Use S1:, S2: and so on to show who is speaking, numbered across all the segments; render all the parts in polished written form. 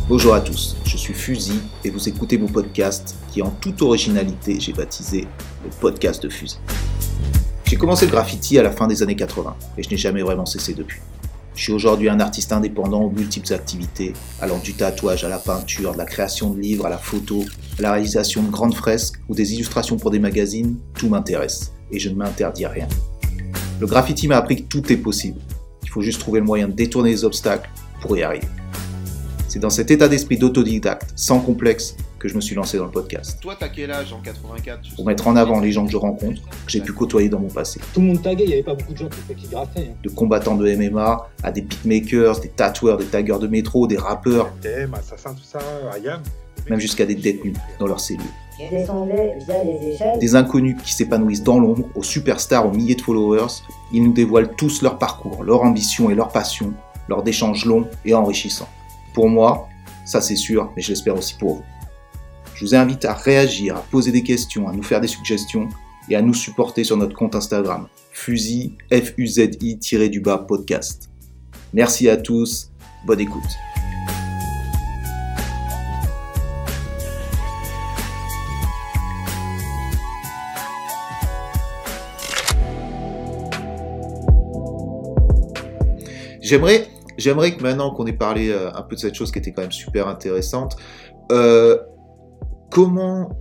S1: Bonjour à tous, je suis Fusil et vous écoutez mon podcast qui en toute originalité j'ai baptisé le podcast de Fusil. J'ai commencé le graffiti à la fin des années 80 et je n'ai jamais vraiment cessé depuis. Je suis aujourd'hui un artiste indépendant aux multiples activités, allant du tatouage à la peinture, de la création de livres à la photo, à la réalisation de grandes fresques ou des illustrations pour des magazines, tout m'intéresse et je ne m'interdis rien. Le graffiti m'a appris que tout est possible, il faut juste trouver le moyen de détourner les obstacles pour y arriver. C'est dans cet état d'esprit d'autodidacte, sans complexe, que je me suis lancé dans le podcast.
S2: Toi, t'as quel âge en 84
S1: Pour mettre en avant les gens que je rencontre, que j'ai pu côtoyer dans mon passé.
S3: Tout le monde taguait, il n'y avait pas beaucoup de gens qui graffaient.
S1: De combattants de MMA à des beatmakers, des tatoueurs, des taggeurs de métro, des rappeurs,
S4: TM, Assassin, tout ça, IAM.
S1: même jusqu'à des détenus dans leurs cellules.
S5: Je descendais via les échelles.
S1: Des inconnus qui s'épanouissent dans l'ombre, aux superstars, aux milliers de followers, ils nous dévoilent tous leur parcours, leur ambition et leur passion, lors d'échanges longs et enrichissants. Pour moi, ça c'est sûr, mais je l'espère aussi pour vous. Je vous invite à réagir, à poser des questions, à nous faire des suggestions et à nous supporter sur notre compte Instagram, Fusil, FUZI-podcast. Merci à tous, bonne écoute. J'aimerais que maintenant qu'on ait parlé un peu de cette chose qui était quand même super intéressante, comment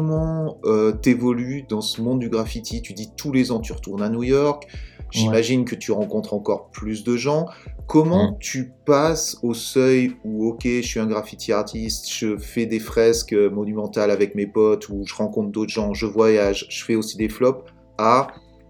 S1: t'évolues dans ce monde du graffiti? Tu dis tous les ans tu retournes à New York, j'imagine que tu rencontres encore plus de gens. Comment tu passes au seuil où ok, je suis un graffiti artiste, je fais des fresques monumentales avec mes potes, ou je rencontre d'autres gens, je voyage, je fais aussi des flops, à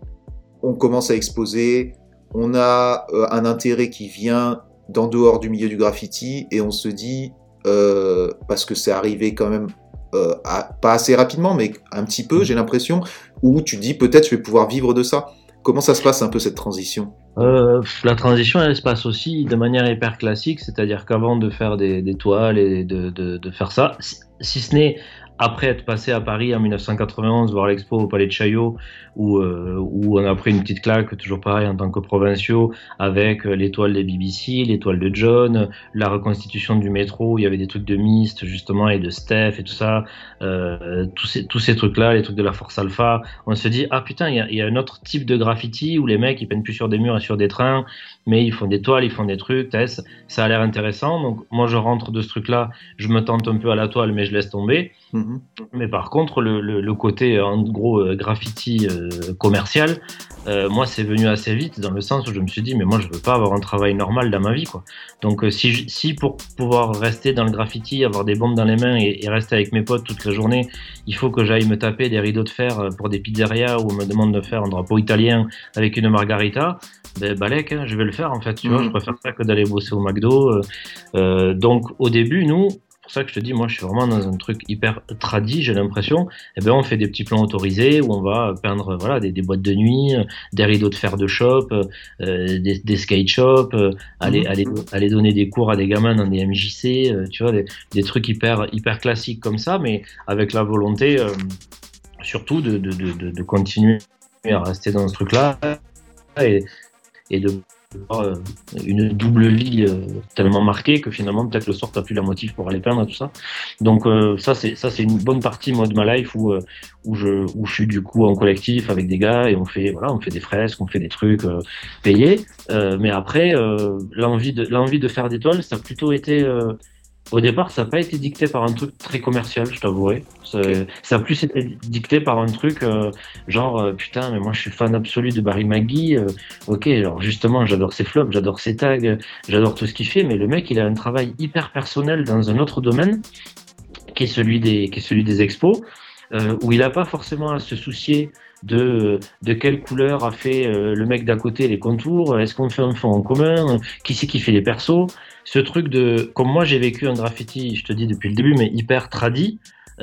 S1: on commence à exposer, on a un intérêt qui vient d'en dehors du milieu du graffiti et on se dit, parce que c'est arrivé quand même, pas assez rapidement, mais un petit peu, j'ai l'impression, où tu dis peut-être je vais pouvoir vivre de ça. Comment ça se passe un peu cette transition ?
S6: La transition, elle se passe aussi de manière hyper classique, c'est-à-dire qu'avant de faire des toiles et de faire ça, si ce n'est après être passé à Paris en 1991 voir l'expo au Palais de Chaillot où on a pris une petite claque, toujours pareil en tant que provinciaux, avec l'étoile des BBC, l'étoile de John, la reconstitution du métro, il y avait des trucs de Myst justement et de Steph et tout ça, tous ces trucs-là, les trucs de la Force Alpha, on se dit ah putain il y a un autre type de graffiti où les mecs ils peignent plus sur des murs et sur des trains, mais ils font des toiles, ils font des trucs, ça a l'air intéressant, donc moi je rentre de ce truc-là, je me tente un peu à la toile mais je laisse tomber. Mais par contre le côté en gros graffiti commercial, moi c'est venu assez vite dans le sens où je me suis dit mais moi je veux pas avoir un travail normal dans ma vie quoi. Donc si pour pouvoir rester dans le graffiti, avoir des bombes dans les mains et rester avec mes potes toute la journée, il faut que j'aille me taper des rideaux de fer pour des pizzerias où on me demande de faire un drapeau italien avec une margarita, ben balèque, hein, je vais le faire en fait, tu vois, je préfère ça que d'aller bosser au McDo. Donc au début nous, c'est pour ça que je te dis, moi je suis vraiment dans un truc hyper tradi, j'ai l'impression, et ben on fait des petits plans autorisés où on va peindre voilà, des boîtes de nuit, des rideaux de fer de shop, des skate shops, aller donner des cours à des gamins dans des MJC, tu vois, des trucs hyper classiques comme ça, mais avec la volonté surtout de continuer à rester dans ce truc-là et de une double vie tellement marquée que finalement peut-être le soir t'as plus la motive pour aller peindre et tout ça. Donc ça c'est une bonne partie moi de ma life où je suis du coup en collectif avec des gars et on fait des fresques, on fait des trucs payés. Mais après l'envie de faire des toiles, ça a plutôt été au départ, ça n'a pas été dicté par un truc très commercial, je t'avouerai. Ça a plus été dicté par un truc putain, mais moi je suis fan absolu de Barry McGee. Ok, alors justement, j'adore ses flops, j'adore ses tags, j'adore tout ce qu'il fait, mais le mec, il a un travail hyper personnel dans un autre domaine, qui est celui des expos, où il n'a pas forcément à se soucier de quelle couleur a fait le mec d'à côté les contours, est-ce qu'on fait un fond en commun, qui c'est qui fait les persos, ce truc de, comme moi j'ai vécu un graffiti, je te dis depuis le début, mais hyper tradi,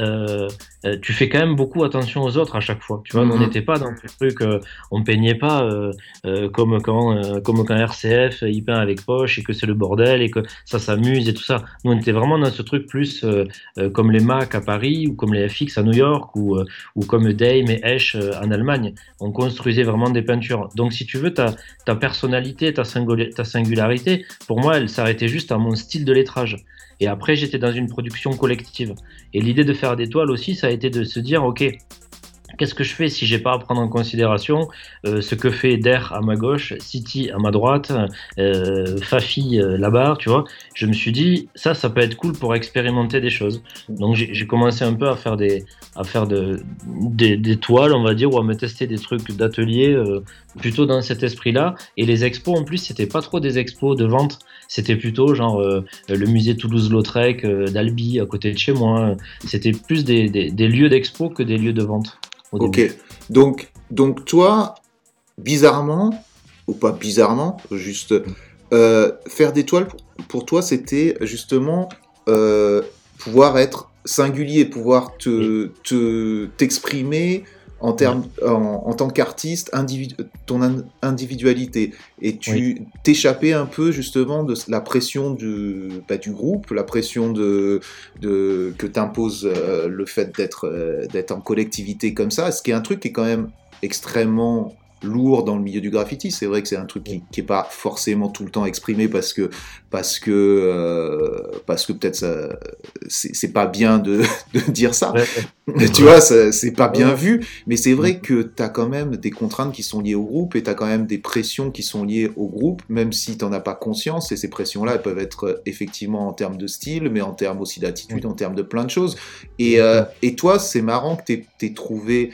S6: tu fais quand même beaucoup attention aux autres à chaque fois. Tu vois, on n'était pas dans ce truc, on peignait pas comme quand RCF il peint avec poche et que c'est le bordel et que ça s'amuse et tout ça. Nous on était vraiment dans ce truc plus comme les Mac à Paris ou comme les FX à New York ou comme Dame et Esch en Allemagne. On construisait vraiment des peintures. Donc si tu veux, ta personnalité, ta singularité, pour moi elle s'arrêtait juste à mon style de lettrage. Et après, j'étais dans une production collective. Et l'idée de faire des toiles aussi, ça a été de se dire, ok, qu'est-ce que je fais si j'ai pas à prendre en considération ce que fait Der à ma gauche, City à ma droite, Fafi là-bas, tu vois. Je me suis dit, ça peut être cool pour expérimenter des choses. Donc j'ai commencé un peu à faire des toiles, on va dire, ou à me tester des trucs d'atelier plutôt dans cet esprit-là. Et les expos, en plus, c'était pas trop des expos de vente, c'était plutôt genre le musée Toulouse-Lautrec d'Albi à côté de chez moi. C'était plus des lieux d'expo que des lieux de vente.
S1: Ok, donc toi, bizarrement, ou pas bizarrement, juste faire des toiles pour toi, c'était justement pouvoir être singulier, pouvoir t'exprimer en tant qu'artiste, ton individualité, et tu t'échappais un peu justement de la pression du groupe, la pression que t'impose le fait d'être en collectivité comme ça, ce qui est un truc qui est quand même extrêmement lourd dans le milieu du graffiti. C'est vrai que c'est un truc qui est pas forcément tout le temps exprimé parce que peut-être ça, c'est pas bien de dire ça. Tu vois, c'est pas bien vu, mais c'est vrai que t'as quand même des contraintes qui sont liées au groupe et t'as quand même des pressions qui sont liées au groupe, même si t'en as pas conscience, et ces pressions-là, elles peuvent être effectivement en termes de style, mais en termes aussi d'attitude, en termes de plein de choses. Et toi, c'est marrant que t'aies trouvé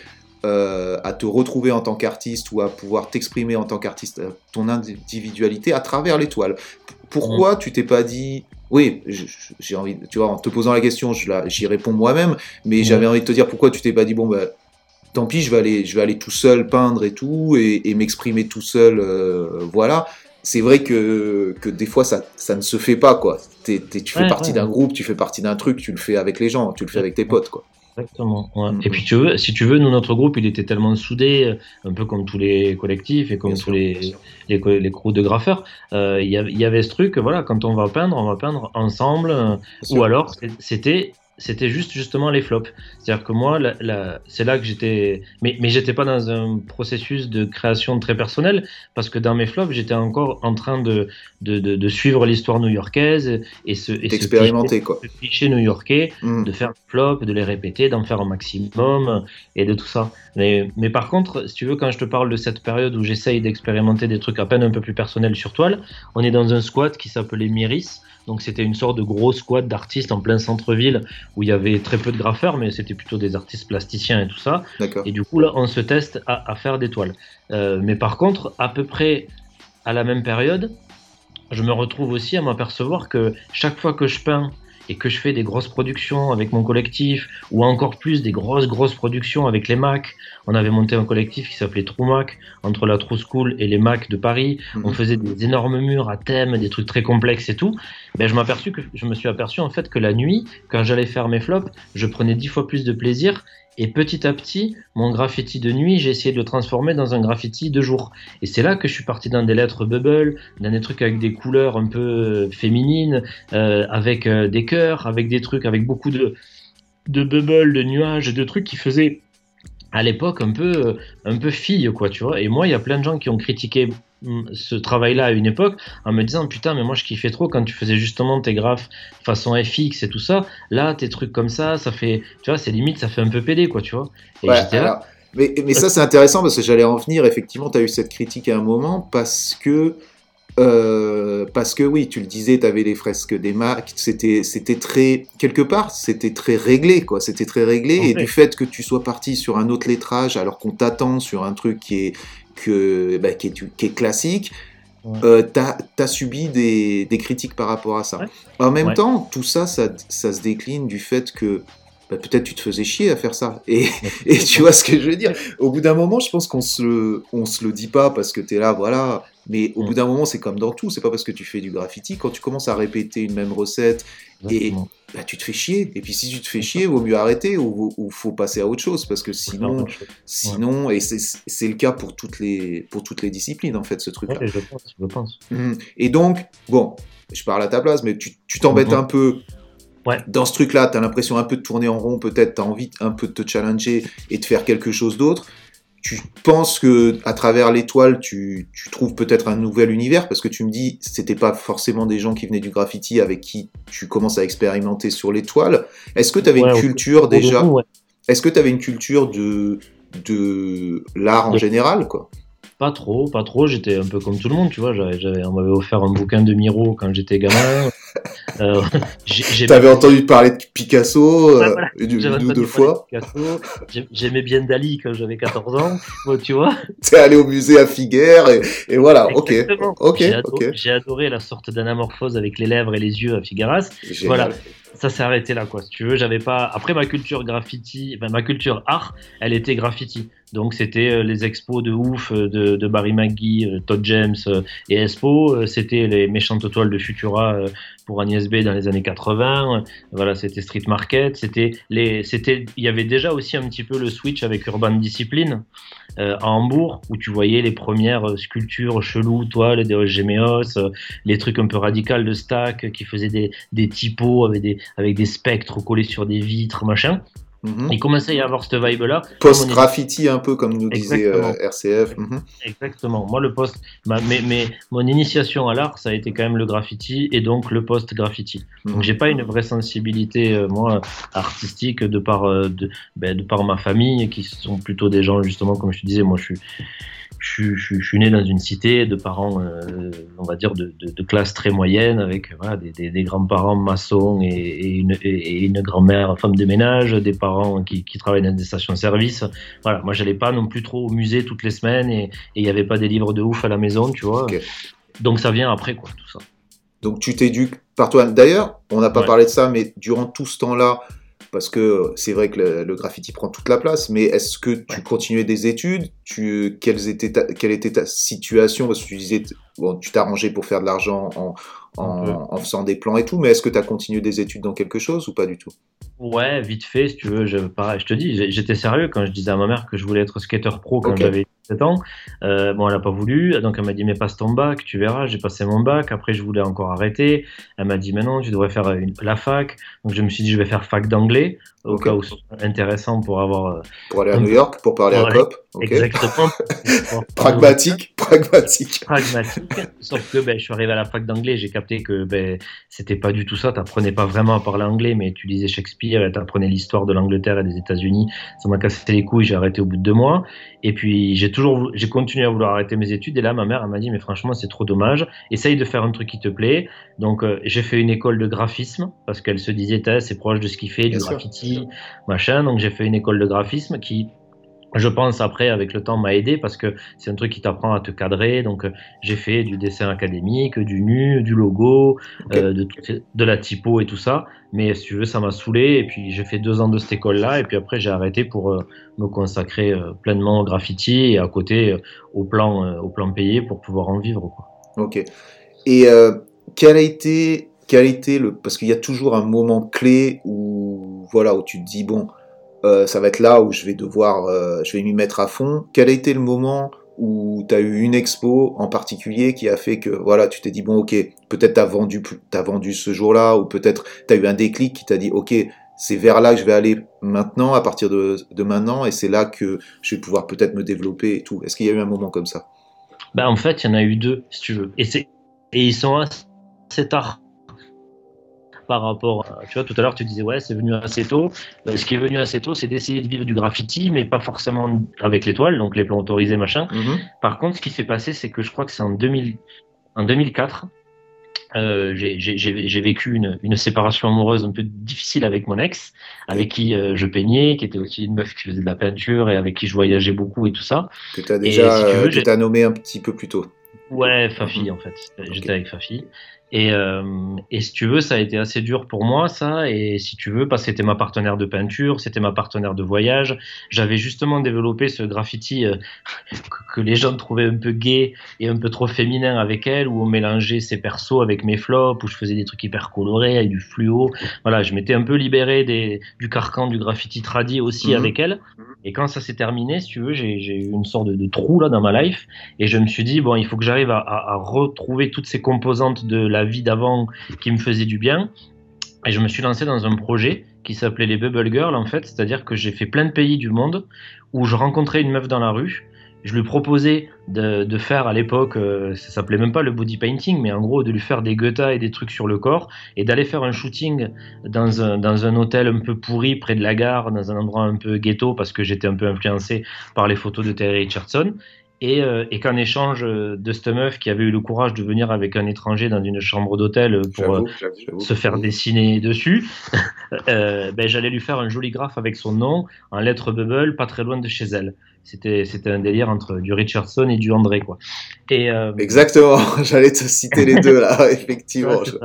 S1: à te retrouver en tant qu'artiste ou à pouvoir t'exprimer en tant qu'artiste, ton individualité à travers les toiles. Pourquoi tu t'es pas dit... Oui, j'ai envie, tu vois, en te posant la question, j'y réponds moi-même, mais j'avais envie de te dire pourquoi tu t'es pas dit, bon, bah, tant pis, je vais aller tout seul peindre et tout, et m'exprimer tout seul, voilà. C'est vrai que des fois, ça ne se fait pas, quoi. Tu fais partie d'un groupe, tu fais partie d'un truc, tu le fais avec les gens, tu le fais avec tes potes, quoi.
S6: Exactement. Ouais. Et puis si tu veux, nous, notre groupe, il était tellement soudé, un peu comme tous les collectifs et comme tous les crews de graffeurs. Il y avait ce truc, voilà, quand on va peindre ensemble, ou alors c'était justement les flops. C'est-à-dire que moi, c'est là que j'étais... Mais j'étais pas dans un processus de création très personnel, parce que dans mes flops, j'étais encore en train de suivre l'histoire new-yorkaise et ce cliché new-yorkais, de faire des flops, de les répéter, d'en faire un maximum, et de tout ça. Mais par contre, si tu veux, quand je te parle de cette période où j'essaye d'expérimenter des trucs à peine un peu plus personnels sur toile, on est dans un squat qui s'appelait Myris. Donc c'était une sorte de gros squat d'artistes en plein centre-ville où il y avait très peu de graffeurs, mais c'était plutôt des artistes plasticiens et tout ça.
S1: D'accord.
S6: Et du coup là, on se teste à faire des toiles. Mais par contre, à peu près à la même période, je me retrouve aussi à m'apercevoir que chaque fois que je peins et que je fais des grosses productions avec mon collectif, ou encore plus des grosses productions avec les Mac. On avait monté un collectif qui s'appelait True Mac, entre la True School et les Mac de Paris. On faisait des énormes murs à thème, des trucs très complexes et tout. Ben, je me suis aperçu en fait que la nuit, quand j'allais faire mes flops, je prenais 10 fois plus de plaisir. Et petit à petit, mon graffiti de nuit, j'ai essayé de le transformer dans un graffiti de jour. Et c'est là que je suis parti dans des lettres bubble, dans des trucs avec des couleurs un peu féminines, avec des cœurs, avec des trucs, avec beaucoup de bubble, de nuages, de trucs qui faisaient à l'époque un peu fille, quoi, tu vois. Et moi, il y a plein de gens qui ont critiqué ce travail-là à une époque en me disant putain mais moi je kiffais trop quand tu faisais justement tes graphes façon FX et tout ça, là tes trucs comme ça fait, tu vois, c'est limite ça fait un peu pédé, quoi, tu vois. Et j'étais là.
S1: Mais ça c'est intéressant parce que j'allais en venir, effectivement tu as eu cette critique à un moment parce que oui, tu le disais, tu avais les fresques des Mac, c'était très, quelque part, c'était très réglé, quoi, c'était très réglé, et du fait que tu sois parti sur un autre lettrage alors qu'on t'attend sur un truc qui est classique, t'as subi des critiques par rapport à ça. En même temps, tout ça se décline du fait que peut-être tu te faisais chier à faire ça. Et tu vois ce que je veux dire. Au bout d'un moment, je pense qu'on se le dit pas parce que t'es là, voilà. Mais au bout d'un moment, c'est comme dans tout. C'est pas parce que tu fais du graffiti. Quand tu commences à répéter une même recette, et tu te fais chier. Et puis si tu te fais chier, vaut mieux arrêter ou faut passer à autre chose parce que sinon, et c'est le cas pour toutes les disciplines en fait, ce truc-là.
S6: Ouais, je pense.
S1: Et donc, bon, je parle à ta place, mais tu t'embêtes un peu.
S6: Ouais.
S1: Dans ce truc-là, tu as l'impression un peu de tourner en rond, peut-être, tu as envie un peu de te challenger et de faire quelque chose d'autre. tu penses que à travers l'étoile, tu trouves peut-être un nouvel univers, parce que tu me dis c'était pas forcément des gens qui venaient du graffiti avec qui tu commences à expérimenter sur l'étoile. Est-ce que tu avais une culture déjà? Est-ce que tu avais une culture de l'art en général, quoi?
S6: Pas trop. J'étais un peu comme tout le monde, tu vois. On m'avait offert un bouquin de Miro quand j'étais gamin.
S1: T'avais entendu parler de Picasso
S6: voilà.
S1: une ou deux fois.
S6: J'aimais bien Dali quand j'avais 14 ans, tu vois.
S1: T'es allé au musée à Figueres et voilà.
S6: Exactement.
S1: Ok.
S6: J'ai adoré la sorte d'anamorphose avec les lèvres et les yeux à Figueras. Voilà. Ça s'est arrêté là, quoi. Si tu veux, j'avais pas. Après, ma culture art, elle était graffiti. Donc, c'était les expos de ouf de Barry McGee, Todd James et Espo. C'était les méchantes toiles de Futura pour Agnès B dans les années 80. Voilà, c'était Street Market. Il y avait déjà aussi un petit peu le switch avec Urban Discipline à Hambourg, où tu voyais les premières sculptures cheloues, toiles des Géméos, les trucs un peu radicaux de Stack qui faisaient des typos avec des spectres collés sur des vitres, machin. Il commençait à y avoir cette vibe-là.
S1: Post-graffiti, un peu comme nous disait RCF.
S6: Exactement. Moi, mon initiation à l'art, ça a été quand même le graffiti et donc le post-graffiti. Donc, j'ai pas une vraie sensibilité, moi, artistique de par ma famille, qui sont plutôt des gens, justement, comme je te disais, moi, je suis né dans une cité de parents, on va dire, de classe très moyenne, avec voilà, des grands-parents maçons et une grand-mère femme de ménage, des parents qui travaillent dans des stations-service. Voilà, moi, j'allais pas non plus trop au musée toutes les semaines et il n'y avait pas des livres de ouf à la maison, tu vois. Okay. Donc, ça vient après, quoi, tout ça.
S1: Donc, tu t'éduques par toi. D'ailleurs, on n'a pas parlé de ça, mais durant tout ce temps-là, parce que c'est vrai que le graffiti prend toute la place, mais est-ce que tu continuais des études? Quelle était ta situation? Parce que tu disais, tu t'arrangeais pour faire de l'argent en faisant des plans et tout, mais est-ce que tu as continué des études dans quelque chose ou pas du tout?
S6: Ouais, vite fait, si tu veux. Pareil, je te dis, j'étais sérieux quand je disais à ma mère que je voulais être skater pro quand j'avais 7 ans. Bon, elle n'a pas voulu, donc elle m'a dit mais passe ton bac, tu verras. J'ai passé mon bac, après je voulais encore arrêter. Elle m'a dit mais non, tu devrais faire la fac. Donc je me suis dit je vais faire fac d'anglais au cas où c'est intéressant pour avoir
S1: pour aller à New York, pour parler à COP.
S6: Exactement.
S1: Pragmatique.
S6: Sauf que je suis arrivé à la fac d'anglais, j'ai capté que c'était pas du tout ça. T'apprenais pas vraiment à parler anglais, mais tu lisais Shakespeare et t'apprenais l'histoire de l'Angleterre et des États-Unis. Ça m'a cassé les couilles, j'ai arrêté au bout de 2 mois. Et puis j'ai continué à vouloir arrêter mes études. Et là, ma mère elle m'a dit mais franchement c'est trop dommage. Essaye de faire un truc qui te plaît. Donc j'ai fait une école de graphisme parce qu'elle se disait c'est proche de ce qu'il fait, du graffiti, machin. Donc j'ai fait une école de graphisme qui, je pense, après, avec le temps, m'a aidé parce que c'est un truc qui t'apprend à te cadrer. Donc, j'ai fait du dessin académique, du nu, du logo, de la typo et tout ça. Mais si tu veux, ça m'a saoulé. Et puis, j'ai fait 2 ans de cette école-là. Et puis après, j'ai arrêté pour me consacrer pleinement au graffiti et à côté au plan payé pour pouvoir en vivre, quoi.
S1: Ok. Et quel a été parce qu'il y a toujours un moment clé où tu te dis, bon, ça va être là où je vais m'y mettre à fond. Quel a été le moment où tu as eu une expo en particulier qui a fait que tu t'es dit bon ok, peut-être t'as vendu ce jour-là, ou peut-être tu as eu un déclic qui t'a dit ok, c'est vers là que je vais aller maintenant, à partir de maintenant, et c'est là que je vais pouvoir peut-être me développer et tout. Est-ce qu'il y a eu un moment comme ça?
S6: En fait, il y en a eu 2, si tu veux. Et ils sont assez tard. Par rapport à, tu vois, tout à l'heure tu disais ouais c'est venu assez tôt. Ce qui est venu assez tôt, c'est d'essayer de vivre du graffiti, mais pas forcément avec l'étoile, donc les plans autorisés machin. Par contre, ce qui s'est passé, c'est que je crois que c'est en 2004, j'ai vécu une séparation amoureuse un peu difficile avec mon ex, avec qui je peignais, qui était aussi une meuf qui faisait de la peinture et avec qui je voyageais beaucoup et tout ça.
S1: Que t'as déjà que t'as nommé un petit peu plus tôt.
S6: Ouais, Fafi en fait. J'étais avec Fafi. Et si tu veux, ça a été assez dur pour moi, ça. Et si tu veux, parce que c'était ma partenaire de peinture, c'était ma partenaire de voyage. J'avais justement développé ce graffiti que les gens trouvaient un peu gay et un peu trop féminin avec elle, où on mélangeait ses persos avec mes flops, où je faisais des trucs hyper colorés avec du fluo. Voilà, je m'étais un peu libéré du carcan du graffiti tradi aussi avec elle. Et quand ça s'est terminé, si tu veux, j'ai eu une sorte de trou là dans ma life. Et je me suis dit, bon, il faut que j'arrive à retrouver toutes ces composantes de la vie d'avant qui me faisaient du bien. Et je me suis lancé dans un projet qui s'appelait les Bubble Girls, en fait, c'est-à-dire que j'ai fait plein de pays du monde où je rencontrais une meuf dans la rue. Je lui proposais de faire à l'époque, ça s'appelait même pas le body painting, mais en gros de lui faire des guettas et des trucs sur le corps et d'aller faire un shooting dans un hôtel un peu pourri près de la gare, dans un endroit un peu ghetto parce que j'étais un peu influencé par les photos de Terry Richardson. Et qu'en échange de cette meuf qui avait eu le courage de venir avec un étranger dans une chambre d'hôtel pour
S1: J'avoue.
S6: se faire dessiner dessus, j'allais lui faire un joli graphe avec son nom en lettres bubble, pas très loin de chez elle. C'était un délire entre du Richardson et du André, quoi.
S1: Exactement, j'allais te citer les deux là, effectivement.
S6: Ouais, c'est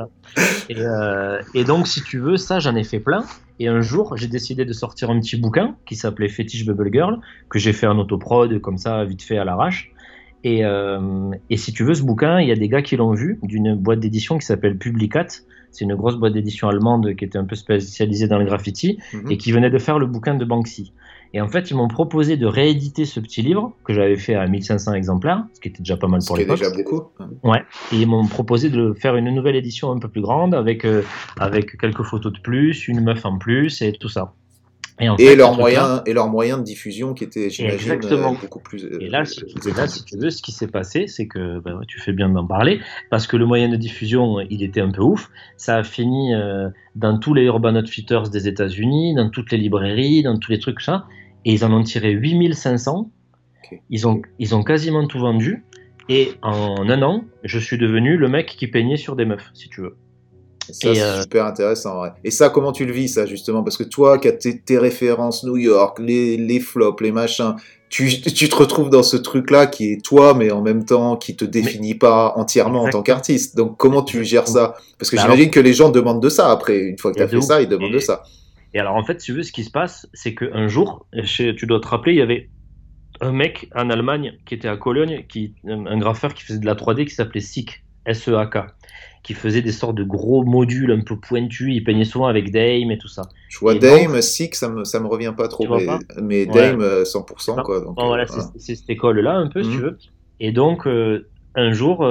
S6: ça. Et donc, si tu veux, ça, j'en ai fait plein. Et un jour, j'ai décidé de sortir un petit bouquin qui s'appelait Fetish Bubble Girl, que j'ai fait en autoprod, comme ça, vite fait à l'arrache. Et si tu veux, ce bouquin, il y a des gars qui l'ont vu d'une boîte d'édition qui s'appelle Publicat. C'est une grosse boîte d'édition allemande qui était un peu spécialisée dans le graffiti et qui venait de faire le bouquin de Banksy. Et en fait, ils m'ont proposé de rééditer ce petit livre que j'avais fait à 1500 exemplaires, ce qui était déjà pas mal pour l'époque.
S1: Ce qui est déjà beaucoup.
S6: Ouais. Et ils m'ont proposé de faire une nouvelle édition un peu plus grande avec quelques photos de plus, une meuf en plus et tout ça.
S1: Et leurs moyens de diffusion qui étaient, j'imagine, beaucoup plus.
S6: Et là, si tu veux, ce qui s'est passé, c'est que tu fais bien d'en parler, parce que le moyen de diffusion, il était un peu ouf. Ça a fini dans tous les Urban Outfitters des États-Unis, dans toutes les librairies, dans tous les trucs ça, et ils en ont tiré 8500. Okay. Ils ont quasiment tout vendu, et en un an, je suis devenu le mec qui peignait sur des meufs, si tu veux.
S1: Ça, c'est super intéressant. Ouais. Et ça, comment tu le vis, ça, justement? Parce que toi, qui as tes références New York, les flops, les machins, tu te retrouves dans ce truc-là qui est toi, mais en même temps, qui te définit pas entièrement en tant qu'artiste. Donc, comment tu gères ça? Parce que j'imagine que les gens demandent de ça après. Une fois que tu as fait ça, ils demandent de ça.
S6: Et alors, en fait, tu veux, ce qui se passe, c'est qu'un jour, tu dois te rappeler, il y avait un mec en Allemagne qui était à Cologne, un graffeur qui faisait de la 3D qui s'appelait SEAK, S-E-A-K, qui faisait des sortes de gros modules un peu pointus. Il peignait souvent avec Dame et tout ça.
S1: Je vois Dame, SEAK, ça me revient pas trop, mais Dame, 100%, quoi. Donc,
S6: voilà, c'est cette école-là, un peu, si tu veux. Et donc, un jour,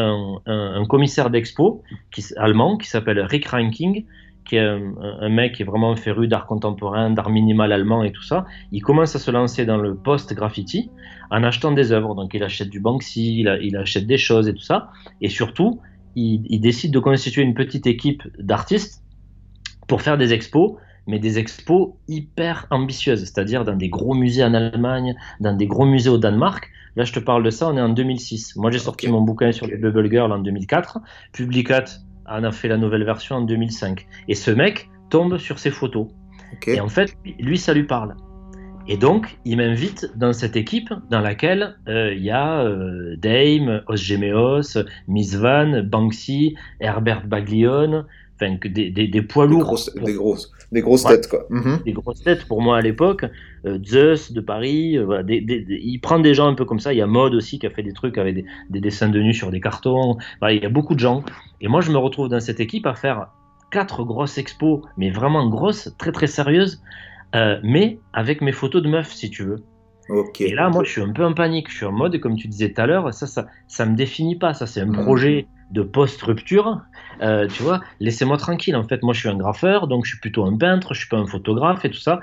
S6: un commissaire d'expo allemand qui s'appelle Rick Ranking, qui est un mec qui est vraiment féru d'art contemporain, d'art minimal allemand et tout ça, il commence à se lancer dans le post-graffiti en achetant des œuvres. Donc, il achète du Banksy, il achète des choses et tout ça. Et surtout, il décide de constituer une petite équipe d'artistes pour faire des expos, mais des expos hyper ambitieuses, c'est-à-dire dans des gros musées en Allemagne, dans des gros musées au Danemark. Là, je te parle de ça, on est en 2006. Moi, j'ai sorti mon bouquin sur les Bubble Girls en 2004. Publicat en a fait la nouvelle version en 2005. Et ce mec tombe sur ces photos. Et en fait, lui, ça lui parle. Et donc, il m'invite dans cette équipe dans laquelle il y a Dame, Osgemeos, Miss Van, Banksy, Herbert Baglione, enfin des poids lourds.
S1: Des grosses têtes, quoi.
S6: Des grosses têtes pour moi à l'époque. Zeus de Paris, voilà, il prend des gens un peu comme ça. Il y a Mode aussi qui a fait des trucs avec des dessins de nu sur des cartons. Voilà, il y a beaucoup de gens. Et moi, je me retrouve dans cette équipe à faire 4 grosses expos, mais vraiment grosses, très très sérieuses. Mais avec mes photos de meufs, si tu veux. Et là, moi, je suis un peu en panique. Je suis en mode, comme tu disais tout à l'heure, ça me définit pas. Ça, c'est un projet de post-rupture. Tu vois, laissez-moi tranquille. En fait, moi, je suis un graffeur, donc je suis plutôt un peintre, je suis pas un photographe et tout ça.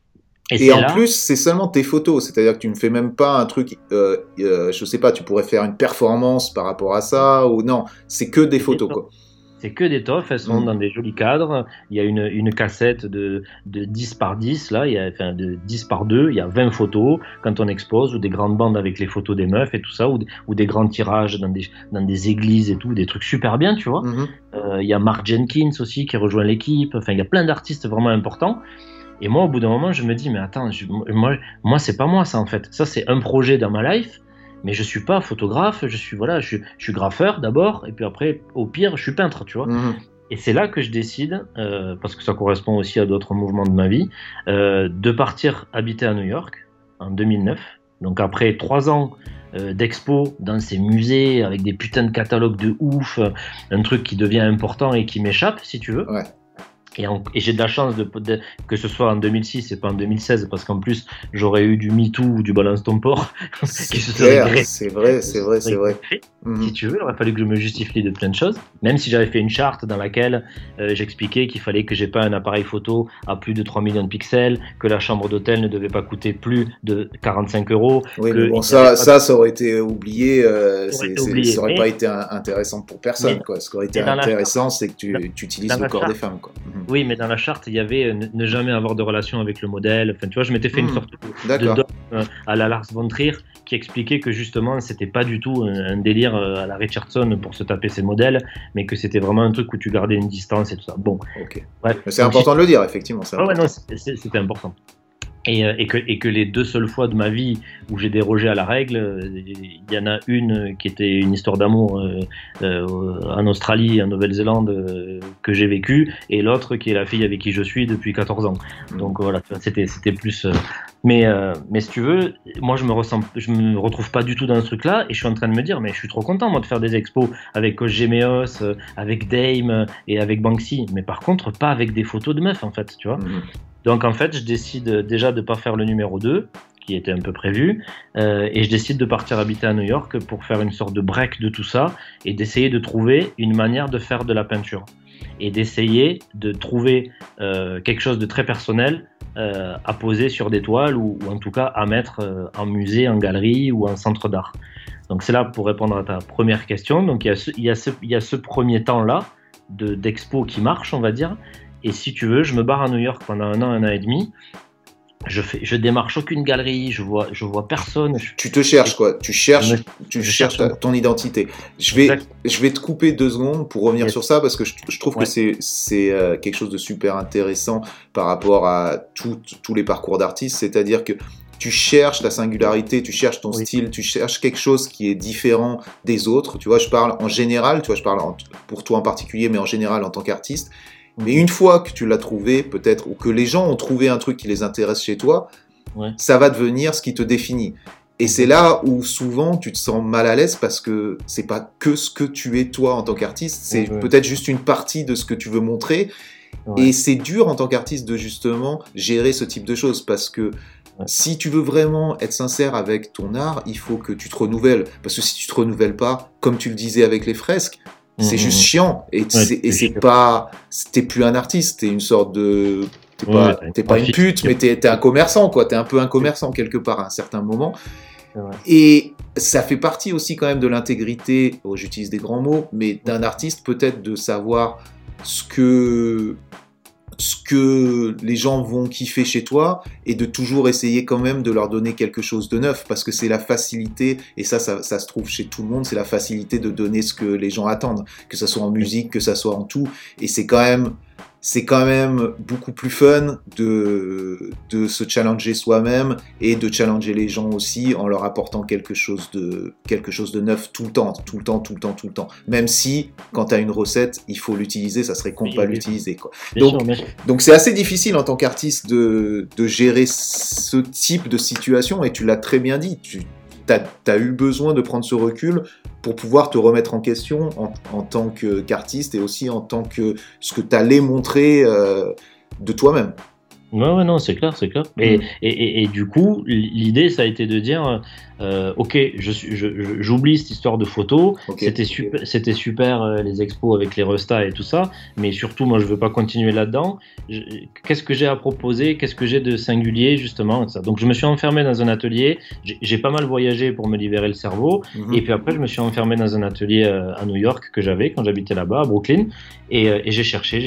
S1: Et en plus, c'est seulement tes photos. C'est-à-dire que tu ne fais même pas un truc, je sais pas, tu pourrais faire une performance par rapport à ça, ou non, c'est que des photos, quoi.
S6: C'est que des toffes, elles sont dans des jolis cadres. Il y a une cassette de 10 par 10, là, enfin de 10 par 2, il y a 20 photos quand on expose, ou des grandes bandes avec les photos des meufs et tout ça, ou des grands tirages dans des églises et tout, des trucs super bien, tu vois. Il y a Mark Jenkins aussi qui rejoint l'équipe, enfin il y a plein d'artistes vraiment importants. Et moi, au bout d'un moment, je me dis, mais attends, moi c'est pas moi ça en fait. Ça, c'est un projet dans ma life. Mais je suis pas photographe, je suis graffeur d'abord, et puis après, au pire, je suis peintre, tu vois. Et c'est là que je décide, parce que ça correspond aussi à d'autres mouvements de ma vie, de partir habiter à New York en 2009. Donc après 3 ans d'expo dans ces musées, avec des putains de catalogues de ouf, un truc qui devient important et qui m'échappe, si tu veux. Et j'ai de la chance que ce soit en 2006 et pas en 2016, parce qu'en plus, j'aurais eu du MeToo ou du Balance ton port.
S1: C'est vrai.
S6: Si tu veux, il aurait fallu que je me justifie de plein de choses, même si j'avais fait une charte dans laquelle j'expliquais qu'il fallait que j'ai pas un appareil photo à plus de 3 millions de pixels, que la chambre d'hôtel ne devait pas coûter plus de 45 €.
S1: Oui, mais bon, ça aurait été oublié, ça aurait pas été intéressant pour personne, quoi. Ce qui aurait été intéressant, c'est que tu utilises le corps des femmes, quoi.
S6: Oui, mais dans la charte, il y avait ne jamais avoir de relation avec le modèle. Enfin, tu vois, je m'étais fait une sorte de dogme à la Lars von Trier qui expliquait que justement, c'était pas du tout un délire à la Richardson pour se taper ses modèles, mais que c'était vraiment un truc où tu gardais une distance et tout ça. Bon.
S1: Ok. Ouais. Mais c'est important de le dire, effectivement.
S6: Ouais, non, c'était important. Et que les 2 seules fois de ma vie où j'ai dérogé à la règle, il y en a une qui était une histoire d'amour en Australie et en Nouvelle-Zélande que j'ai vécue, et l'autre qui est la fille avec qui je suis depuis 14 ans. Donc voilà, c'était plus... Mais si tu veux, moi je me retrouve pas du tout dans ce truc-là, et je suis en train de me dire, mais je suis trop content moi de faire des expos avec Gemeos, avec Dame et avec Banksy, mais par contre pas avec des photos de meufs en fait, tu vois. Donc en fait, je décide déjà de ne pas faire le numéro 2, qui était un peu prévu, et je décide de partir habiter à New York pour faire une sorte de break de tout ça, et d'essayer de trouver une manière de faire de la peinture, et d'essayer de trouver quelque chose de très personnel à poser sur des toiles, ou en tout cas à mettre en musée, en galerie ou en centre d'art. Donc c'est là pour répondre à ta première question. Donc il y a ce premier temps-là d'expo qui marche, on va dire. Et si tu veux, je me barre à New York pendant 1 an et demi. Je démarche aucune galerie, je vois personne.
S1: Tu te cherches, quoi. Tu cherches ton identité. Je vais te couper 2 secondes pour revenir sur ça, parce que je trouve que c'est quelque chose de super intéressant par rapport à tous les parcours d'artistes. C'est-à-dire que tu cherches ta singularité, tu cherches ton style, tu cherches quelque chose qui est différent des autres. Tu vois, je parle en général, tu vois, je parle pour toi en particulier, mais en général en tant qu'artiste. Mais une fois que tu l'as trouvé, peut-être, ou que les gens ont trouvé un truc qui les intéresse chez toi, ça va devenir ce qui te définit. Et c'est là où souvent tu te sens mal à l'aise, parce que c'est pas que ce que tu es toi en tant qu'artiste, c'est peut-être juste une partie de ce que tu veux montrer. Et c'est dur en tant qu'artiste de justement gérer ce type de choses, parce que si tu veux vraiment être sincère avec ton art, il faut que tu te renouvelles. Parce que si tu te renouvelles pas, comme tu le disais avec les fresques, c'est juste chiant, t'es plus un artiste, t'es une sorte de, t'es pas une pute, mais t'es un commerçant, quoi. T'es un peu un commerçant quelque part à un certain moment. Et ça fait partie aussi quand même de l'intégrité, j'utilise des grands mots, mais d'un artiste peut-être de savoir ce que les gens vont kiffer chez toi, et de toujours essayer quand même de leur donner quelque chose de neuf, parce que c'est la facilité, et ça se trouve chez tout le monde, c'est la facilité de donner ce que les gens attendent, que ça soit en musique, que ça soit en tout, et c'est quand même beaucoup plus fun de se challenger soi-même, et de challenger les gens aussi en leur apportant quelque chose de neuf tout le temps. Même si, quand tu as une recette, il faut l'utiliser, ça serait con de pas l'utiliser, quoi. Donc c'est assez difficile en tant qu'artiste de gérer ce type de situation, et tu l'as très bien dit, t'as eu besoin de prendre ce recul pour pouvoir te remettre en question en tant qu'artiste, et aussi en tant que ce que t'allais montrer de toi-même.
S6: Ouais, non, c'est clair. Et du coup, l'idée, ça a été de dire, ok, j'oublie cette histoire de photos. Okay. C'était super les expos avec les restas et tout ça, mais surtout, moi, je veux pas continuer là-dedans. Qu'est-ce que j'ai à proposer? Qu'est-ce que j'ai de singulier, justement, et ça. Donc, je me suis enfermé dans un atelier. J'ai pas mal voyagé pour me libérer le cerveau. Et puis après, je me suis enfermé dans un atelier à New York que j'avais quand j'habitais là-bas, à Brooklyn. Et j'ai cherché.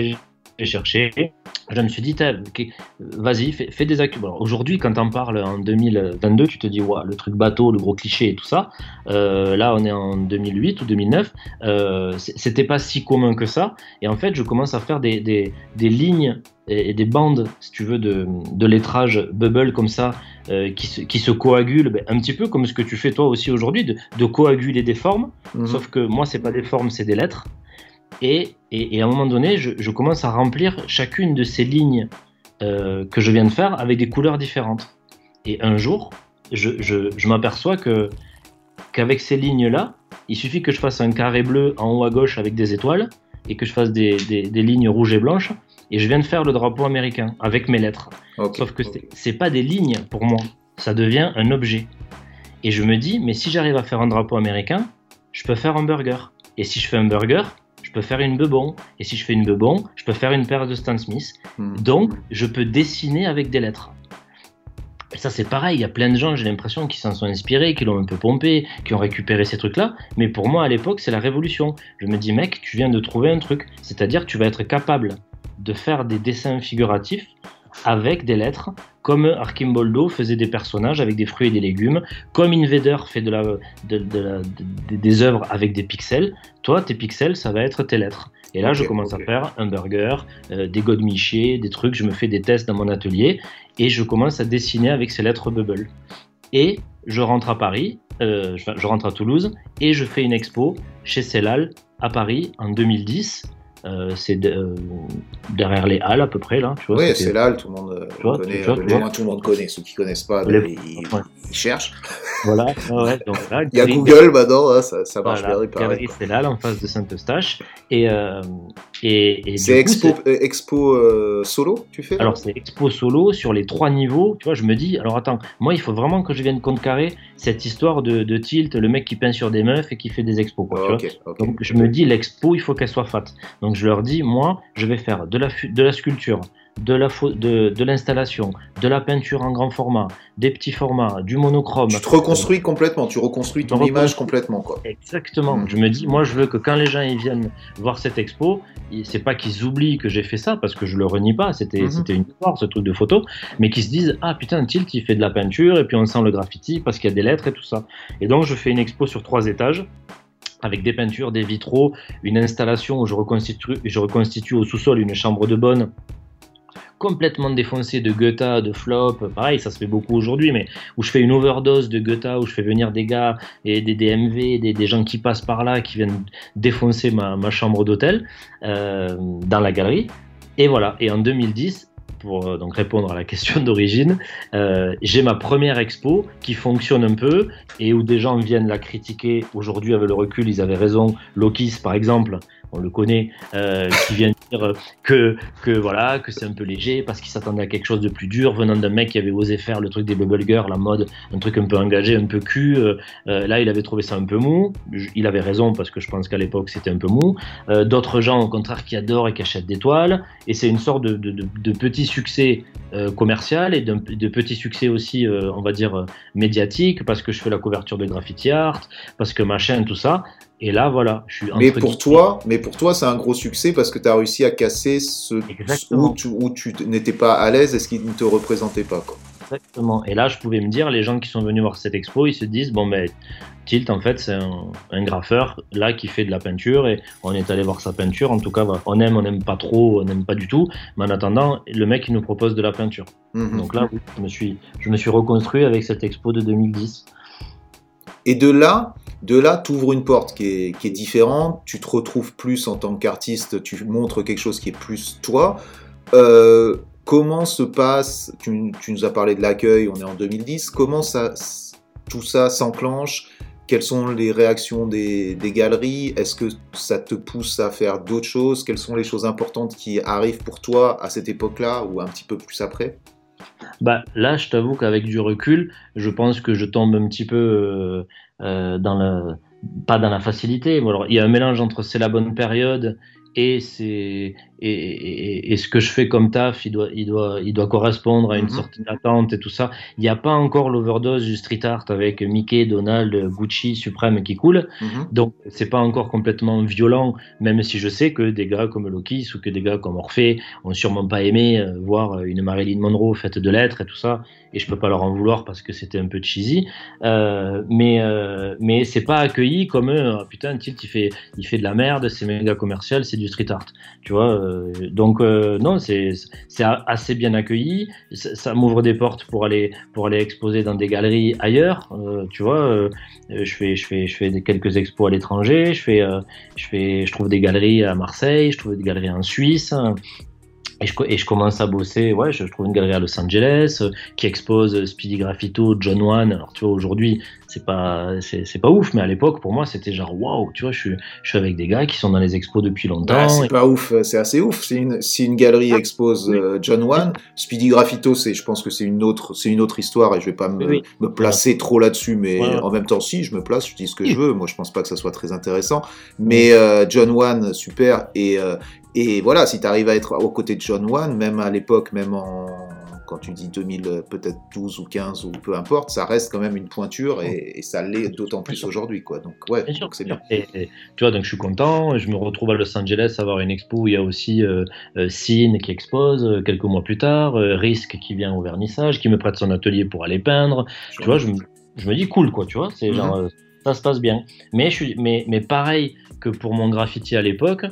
S6: Je me suis dit, vas-y, fais des actus. Bon, aujourd'hui, quand t'en parles en 2022, tu te dis, ouais, le truc bateau, le gros cliché et tout ça. Là, on est en 2008 ou 2009. C'était pas si commun que ça. Et en fait, je commence à faire des lignes et des bandes, si tu veux, de lettrage bubble comme ça, qui se coagulent, un petit peu comme ce que tu fais toi aussi aujourd'hui, de coaguler des formes. Sauf que moi, c'est pas des formes, c'est des lettres. Et à un moment donné, je commence à remplir chacune de ces lignes que je viens de faire avec des couleurs différentes. Et un jour, je m'aperçois qu'avec ces lignes-là, il suffit que je fasse un carré bleu en haut à gauche avec des étoiles, et que je fasse des lignes rouges et blanches, et je viens de faire le drapeau américain avec mes lettres. Sauf que c'est pas des lignes pour moi, ça devient un objet. Et je me dis, mais si j'arrive à faire un drapeau américain, je peux faire un burger. Et si je fais un burger, je peux faire une bebon. Et si je fais une bebon, je peux faire une paire de Stan Smith. Donc, je peux dessiner avec des lettres. Et ça, c'est pareil, il y a plein de gens, j'ai l'impression, qui s'en sont inspirés, qui l'ont un peu pompé, qui ont récupéré ces trucs-là. Mais pour moi, à l'époque, c'est la révolution. Je me dis, mec, tu viens de trouver un truc. C'est-à-dire que tu vas être capable de faire des dessins figuratifs avec des lettres, comme Archimboldo faisait des personnages avec des fruits et des légumes, comme Invader fait des œuvres avec des pixels. Toi, tes pixels, ça va être tes lettres. Et là, je commence à faire un burger, des godemichés, des trucs, je me fais des tests dans mon atelier, et je commence à dessiner avec ces lettres bubble. Et je rentre à Paris, je rentre à Toulouse, et je fais une expo chez Cellal à Paris en 2010. C'est derrière les Halles à peu près là, tu vois.
S1: Oui, c'est là, tout le monde connaît. Moins tout le monde connaît. Ceux qui connaissent pas, ils cherchent.
S6: Voilà. Ouais, donc là,
S1: il y a Google maintenant, hein, ça marche bien.
S6: Galerie Cellal en face de Saint-Eustache et
S1: c'est expo solo, tu fais là?
S6: Alors c'est expo solo sur les 3 niveaux. Tu vois, je me dis, alors attends, moi il faut vraiment que je vienne contrecarrer cette histoire de Tilt, le mec qui peint sur des meufs et qui fait des expos. Quoi, tu vois. Donc je me dis, l'expo, il faut qu'elle soit fat. Donc je leur dis, moi, je vais faire de la sculpture, de l'installation, de la peinture en grand format, des petits formats, du monochrome.
S1: Tu te reconstruis complètement, tu reconstruis ton image complètement, quoi.
S6: Exactement. Je me dis, moi, je veux que quand les gens ils viennent voir cette expo, c'est pas qu'ils oublient que j'ai fait ça, parce que je le renie pas, c'était une histoire, ce truc de photo, mais qu'ils se disent, ah putain, Tilt, il fait de la peinture, et puis on sent le graffiti, parce qu'il y a des lettres et tout ça. Et donc, je fais une expo sur 3 étages, avec des peintures, des vitraux, une installation où je reconstitue au sous-sol une chambre de bonne complètement défoncée de Goethe, de Flop, pareil, ça se fait beaucoup aujourd'hui, mais où je fais une overdose de Goethe, où je fais venir des gars et des DMV, des gens qui passent par là, qui viennent défoncer ma chambre d'hôtel dans la galerie. Et voilà, et en 2010, pour donc répondre à la question d'origine, j'ai ma première expo qui fonctionne un peu et où des gens viennent la critiquer. Aujourd'hui, avec le recul, ils avaient raison. Lokis, par exemple, on le connaît, qui vient dire que voilà, que c'est un peu léger parce qu'il s'attendait à quelque chose de plus dur venant d'un mec qui avait osé faire le truc des bubble girls, la mode, un truc un peu engagé, un peu cul. Là, il avait trouvé ça un peu mou. Il avait raison parce que je pense qu'à l'époque, c'était un peu mou. D'autres gens, au contraire, qui adorent et qui achètent des toiles. Et c'est une sorte de petit succès commercial et de petit succès aussi, on va dire, médiatique, parce que je fais la couverture de Graffiti Art, parce que machin, tout ça. Et là, voilà, je suis
S1: mais pour toi, c'est un gros succès parce que tu as réussi à casser où tu n'étais pas à l'aise et ce qui ne te représentait pas, quoi.
S6: Exactement. Et là, je pouvais me dire, les gens qui sont venus voir cette expo, ils se disent, bon, ben, Tilt, en fait, c'est un graffeur, là, qui fait de la peinture, et on est allé voir sa peinture. En tout cas, voilà, on n'aime pas trop, on n'aime pas du tout, mais en attendant, le mec, il nous propose de la peinture. Donc là, oui, je me suis reconstruit avec cette expo de 2010.
S1: Et de là, t'ouvres une porte qui est différente, tu te retrouves plus en tant qu'artiste, tu montres quelque chose qui est plus toi. Comment se passe, tu nous as parlé de l'accueil, on est en 2010, comment tout ça s'enclenche? Quelles sont les réactions des galeries? Est-ce que ça te pousse à faire d'autres choses? Quelles sont les choses importantes qui arrivent pour toi à cette époque-là ou un petit peu plus après?
S6: Bah, là, je t'avoue qu'avec du recul, je pense que je tombe un petit peu pas dans la facilité. Bon, alors, il y a un mélange entre c'est la bonne période et ce que je fais comme taf, il doit correspondre à une sorte d'attente et tout ça. Il n'y a pas encore l'overdose du street art avec Mickey, Donald, Gucci, Supreme qui coule. Donc, c'est pas encore complètement violent, même si je sais que des gars comme Lokis ou que des gars comme Orphée ont sûrement pas aimé voir une Marilyn Monroe faite de lettres et tout ça. Et je peux pas leur en vouloir parce que c'était un peu cheesy. Mais c'est pas accueilli comme putain, Tilt, il fait de la merde, c'est méga commercial, c'est du street art. Tu vois, donc non, c'est assez bien accueilli. Ça m'ouvre des portes pour aller exposer dans des galeries ailleurs. Tu vois, je fais quelques expos à l'étranger. Je trouve des galeries à Marseille, je trouve des galeries en Suisse. Et je commence à bosser, ouais, je trouve une galerie à Los Angeles qui expose Speedy Graffito, John One. Alors, tu vois, aujourd'hui, c'est pas ouf, mais à l'époque, pour moi, c'était genre, waouh, tu vois, je suis avec des gars qui sont dans les expos depuis longtemps.
S1: C'est pas ouf, c'est assez ouf. Si une galerie expose John One, Speedy Graffito, je pense que c'est une autre histoire et je vais pas me placer trop là-dessus, mais en même temps, si, je me place, je dis ce que je veux. Moi, je pense pas que ça soit très intéressant. Mais John One, super. Et voilà, si tu arrives à être aux côtés de John One, même à l'époque, quand tu dis 2000, peut-être 12 ou 15 ou peu importe, ça reste quand même une pointure et ça l'est d'autant plus aujourd'hui, quoi. Donc ouais, donc c'est bien.
S6: Et tu vois, donc je suis content. Je me retrouve à Los Angeles à avoir une expo où il y a aussi Sin qui expose quelques mois plus tard, Risk qui vient au vernissage, qui me prête son atelier pour aller peindre. Tu vois, je me dis cool, quoi. Tu vois, c'est genre ça se passe bien. Mais pareil que pour mon graffiti à l'époque.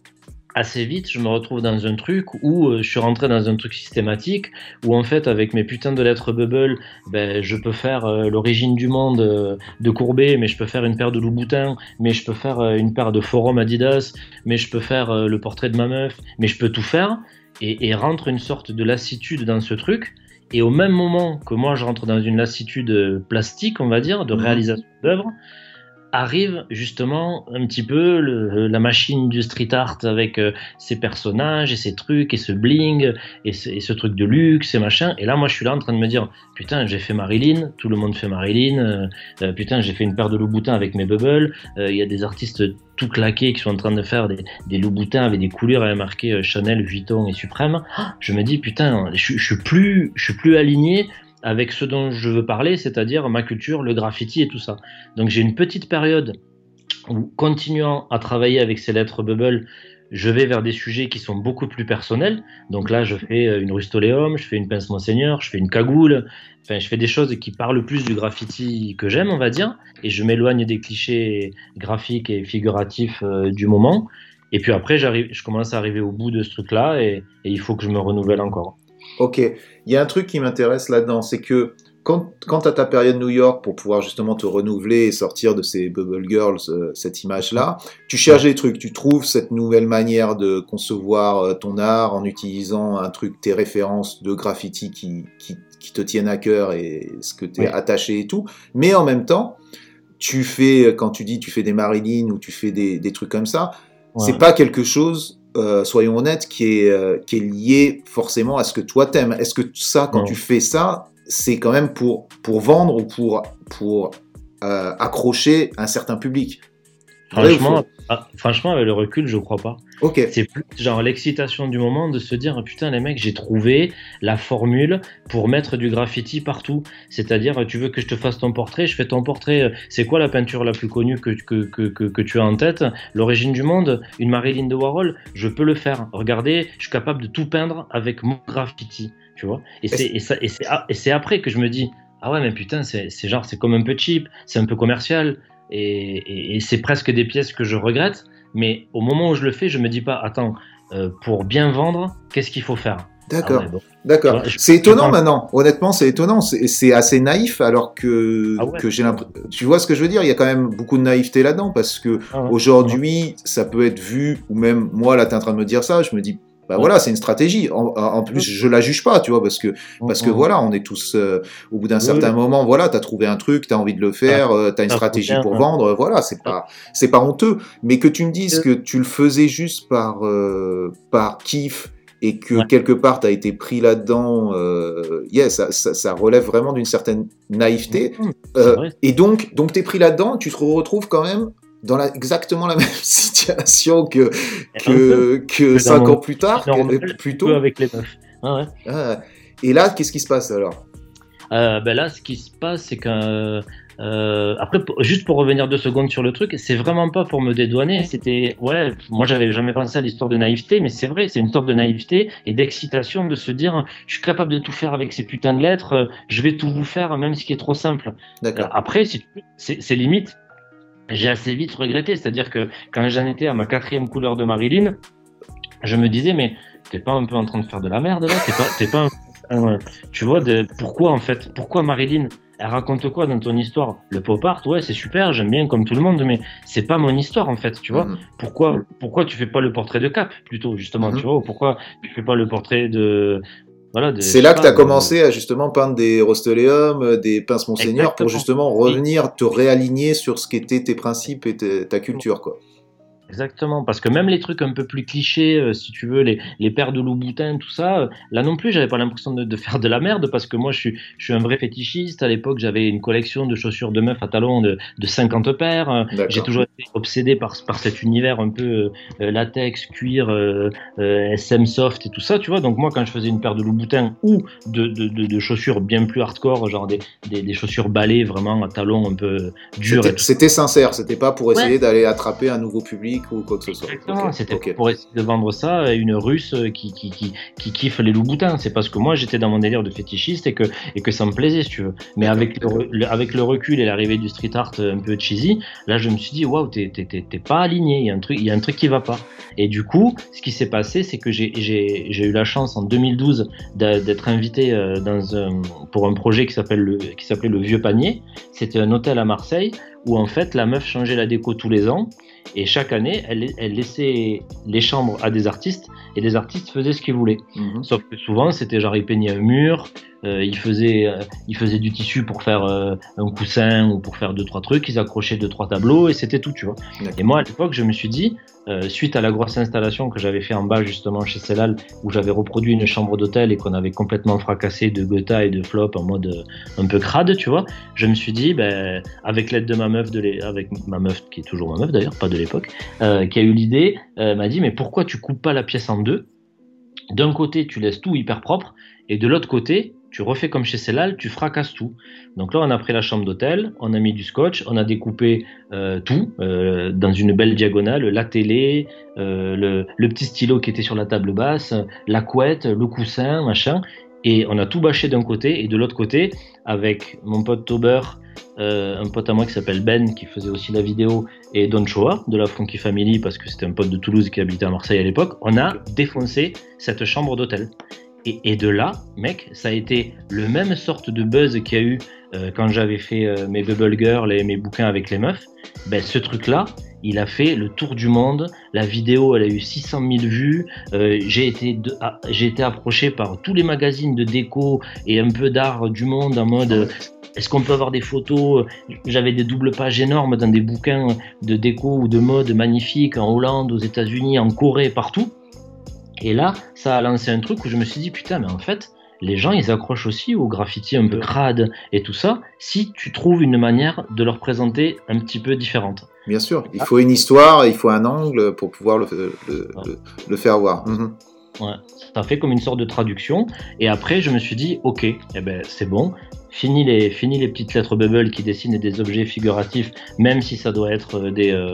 S6: Assez vite, je me retrouve dans un truc où je suis rentré dans un truc systématique où en fait avec mes putains de lettres bubble, je peux faire l'origine du monde de Courbet, mais je peux faire une paire de Louboutin, mais je peux faire une paire de Forum Adidas, mais je peux faire le portrait de ma meuf, mais je peux tout faire et rentre une sorte de lassitude dans ce truc. Et au même moment que moi je rentre dans une lassitude plastique, on va dire, de réalisation d'œuvres, arrive justement un petit peu la machine du street art avec ses personnages et ses trucs et ce bling et ce truc de luxe et machin. Et là, moi, je suis là en train de me dire, putain, j'ai fait Marilyn, tout le monde fait Marilyn, putain, j'ai fait une paire de Louboutins avec mes bubbles, il y a des artistes tout claqués qui sont en train de faire des Louboutins avec des coulures avec marqué Chanel, Vuitton et Suprême. Je me dis, putain, je suis plus aligné avec ce dont je veux parler, c'est-à-dire ma culture, le graffiti et tout ça. Donc j'ai une petite période où, continuant à travailler avec ces lettres bubble, je vais vers des sujets qui sont beaucoup plus personnels. Donc là, je fais une Rustoleum, je fais une pince Monseigneur, je fais une cagoule, enfin, je fais des choses qui parlent plus du graffiti que j'aime, on va dire, et je m'éloigne des clichés graphiques et figuratifs du moment. Et puis après, je commence à arriver au bout de ce truc-là, et il faut que je me renouvelle encore.
S1: Ok, il y a un truc qui m'intéresse là-dedans, c'est que quand tu as ta période New York pour pouvoir justement te renouveler et sortir de ces Bubble Girls, cette image-là, tu cherches des trucs, tu trouves cette nouvelle manière de concevoir ton art en utilisant tes références de graffiti qui te tiennent à cœur et ce que tu es attaché et tout, mais en même temps, quand tu dis tu fais des Marilyn ou tu fais des trucs comme ça, c'est pas quelque chose... soyons honnêtes, qui est lié forcément à ce que toi t'aimes. Est-ce que ça, quand tu fais ça, c'est quand même pour vendre ou pour accrocher un certain public?
S6: Franchement, avec le recul, je crois pas.
S1: Okay.
S6: C'est plus genre l'excitation du moment de se dire putain les mecs, j'ai trouvé la formule pour mettre du graffiti partout. C'est-à-dire, tu veux que je te fasse ton portrait, je fais ton portrait. C'est quoi la peinture la plus connue que tu as en tête? L'origine du monde, une Marilyn de Warhol, je peux le faire. Regardez, je suis capable de tout peindre avec mon graffiti, tu vois. Et c'est après que je me dis ah ouais mais putain c'est comme un peu cheap, c'est un peu commercial. Et c'est presque des pièces que je regrette, mais au moment où je le fais, je me dis pas, attends, pour bien vendre, qu'est-ce qu'il faut faire?
S1: D'accord, d'accord. C'est étonnant maintenant, honnêtement, c'est étonnant, c'est assez naïf, alors que j'ai l'impression... Tu vois ce que je veux dire? Il y a quand même beaucoup de naïveté là-dedans, parce que aujourd'hui, ça peut être vu, ou même moi, là, t'es en train de me dire ça, je me dis... voilà, c'est une stratégie. En plus, je la juge pas, tu vois, parce que voilà, on est tous au bout d'un certain moment, voilà, t'as trouvé un truc, t'as envie de le faire, t'as une stratégie pour vendre, voilà, c'est pas honteux. Mais que tu me dises que tu le faisais juste par kiff et que quelque part t'as été pris là-dedans, ça relève vraiment d'une certaine naïveté. Et donc t'es pris là-dedans, tu te retrouves quand même dans exactement la même situation que 5 ans plus tard, plus tôt.
S6: Avec les meufs.
S1: Et là, qu'est-ce qui se passe alors?
S6: Là, ce qui se passe, c'est que après, juste pour revenir 2 secondes sur le truc, c'est vraiment pas pour me dédouaner. C'était moi j'avais jamais pensé à l'histoire de naïveté, mais c'est vrai, c'est une sorte de naïveté et d'excitation de se dire, je suis capable de tout faire avec ces putains de lettres, je vais tout vous faire, même ce qui est trop simple. Après, c'est limite. J'ai assez vite regretté, c'est-à-dire que quand j'en étais à ma 4e couleur de Marilyn, je me disais, mais t'es pas un peu en train de faire de la merde là? T'es pas tu vois, pourquoi Marilyn? Elle raconte quoi dans ton histoire? Le pop art, ouais, c'est super, j'aime bien comme tout le monde, mais c'est pas mon histoire en fait, tu vois. Pourquoi tu fais pas le portrait de Cap plutôt, justement, tu vois, ou pourquoi tu fais pas le portrait de. Voilà,
S1: c'est là que tu as commencé à justement peindre des Rostoleum, des pinces Monseigneur, pour justement revenir te réaligner sur ce qu'étaient tes principes et ta culture, quoi.
S6: Exactement, parce que même les trucs un peu plus clichés, si tu veux, les paires de Louboutin, tout ça, là non plus, j'avais pas l'impression de faire de la merde, parce que moi, je suis un vrai fétichiste. À l'époque, j'avais une collection de chaussures de meufs à talons de 50 paires. J'ai toujours été obsédé par cet univers un peu latex, cuir, SM soft et tout ça, tu vois. Donc moi, quand je faisais une paire de Louboutin ou de chaussures bien plus hardcore, genre des chaussures balais vraiment à talons un peu durs.
S1: C'était sincère, c'était pas pour essayer d'aller attraper un nouveau public ou quoi que ce soit.
S6: Exactement, c'était pour essayer de vendre ça à une russe qui kiffe les Louboutins. C'est parce que moi j'étais dans mon délire de fétichiste et que ça me plaisait, si tu veux. Mais avec le recul et l'arrivée du street art un peu cheesy, là je me suis dit waouh, t'es pas aligné, il y a un truc qui va pas. Et du coup, ce qui s'est passé, c'est que j'ai eu la chance en 2012 d'être invité pour un projet qui s'appelait le Vieux Panier. C'était un hôtel à Marseille où en fait la meuf changeait la déco tous les ans et chaque année elle laissait les chambres à des artistes et les artistes faisaient ce qu'ils voulaient. Sauf que souvent c'était genre ils peignaient un mur, ils faisaient du tissu pour faire un coussin ou pour faire 2-3 trucs, ils accrochaient 2-3 tableaux et c'était tout, tu vois. Et moi à l'époque je me suis dit, suite à la grosse installation que j'avais fait en bas justement chez Cellal, où j'avais reproduit une chambre d'hôtel et qu'on avait complètement fracassé de Goethe et de Flop en mode un peu crade, tu vois, je me suis dit, avec l'aide de ma meuf, avec ma meuf qui est toujours ma meuf d'ailleurs, pas de l'époque, qui a eu l'idée, m'a dit mais pourquoi tu coupes pas la pièce en deux? D'un côté tu laisses tout hyper propre et de l'autre côté tu refais comme chez Cellal, tu fracasses tout. Donc là, on a pris la chambre d'hôtel, on a mis du scotch, on a découpé tout dans une belle diagonale, la télé, le petit stylo qui était sur la table basse, la couette, le coussin, machin. Et on a tout bâché d'un côté, et de l'autre côté, avec mon pote Tauber, un pote à moi qui s'appelle Ben, qui faisait aussi la vidéo, et Don Choa, de la Funky Family, parce que c'était un pote de Toulouse qui habitait à Marseille à l'époque, on a défoncé cette chambre d'hôtel. Et de là, mec, ça a été le même sorte de buzz qu'il y a eu quand j'avais fait mes Bubble Girl et mes bouquins avec les meufs. Ce truc-là, il a fait le tour du monde. La vidéo, elle a eu 600 000 vues. J'ai été approché par tous les magazines de déco et un peu d'art du monde en mode... Est-ce qu'on peut avoir des photos? J'avais des doubles pages énormes dans des bouquins de déco ou de mode magnifiques en Hollande, aux États-Unis, en Corée, partout. Et là, ça a lancé un truc où je me suis dit, putain, mais en fait, les gens, ils accrochent aussi au graffiti un peu crade et tout ça, si tu trouves une manière de leur présenter un petit peu différente.
S1: Bien sûr, il faut une histoire, il faut un angle pour pouvoir le faire voir.
S6: Ouais, ça fait comme une sorte de traduction. Et après, je me suis dit, ok, c'est bon. Fini les petites lettres bubble qui dessinent des objets figuratifs, même si ça doit être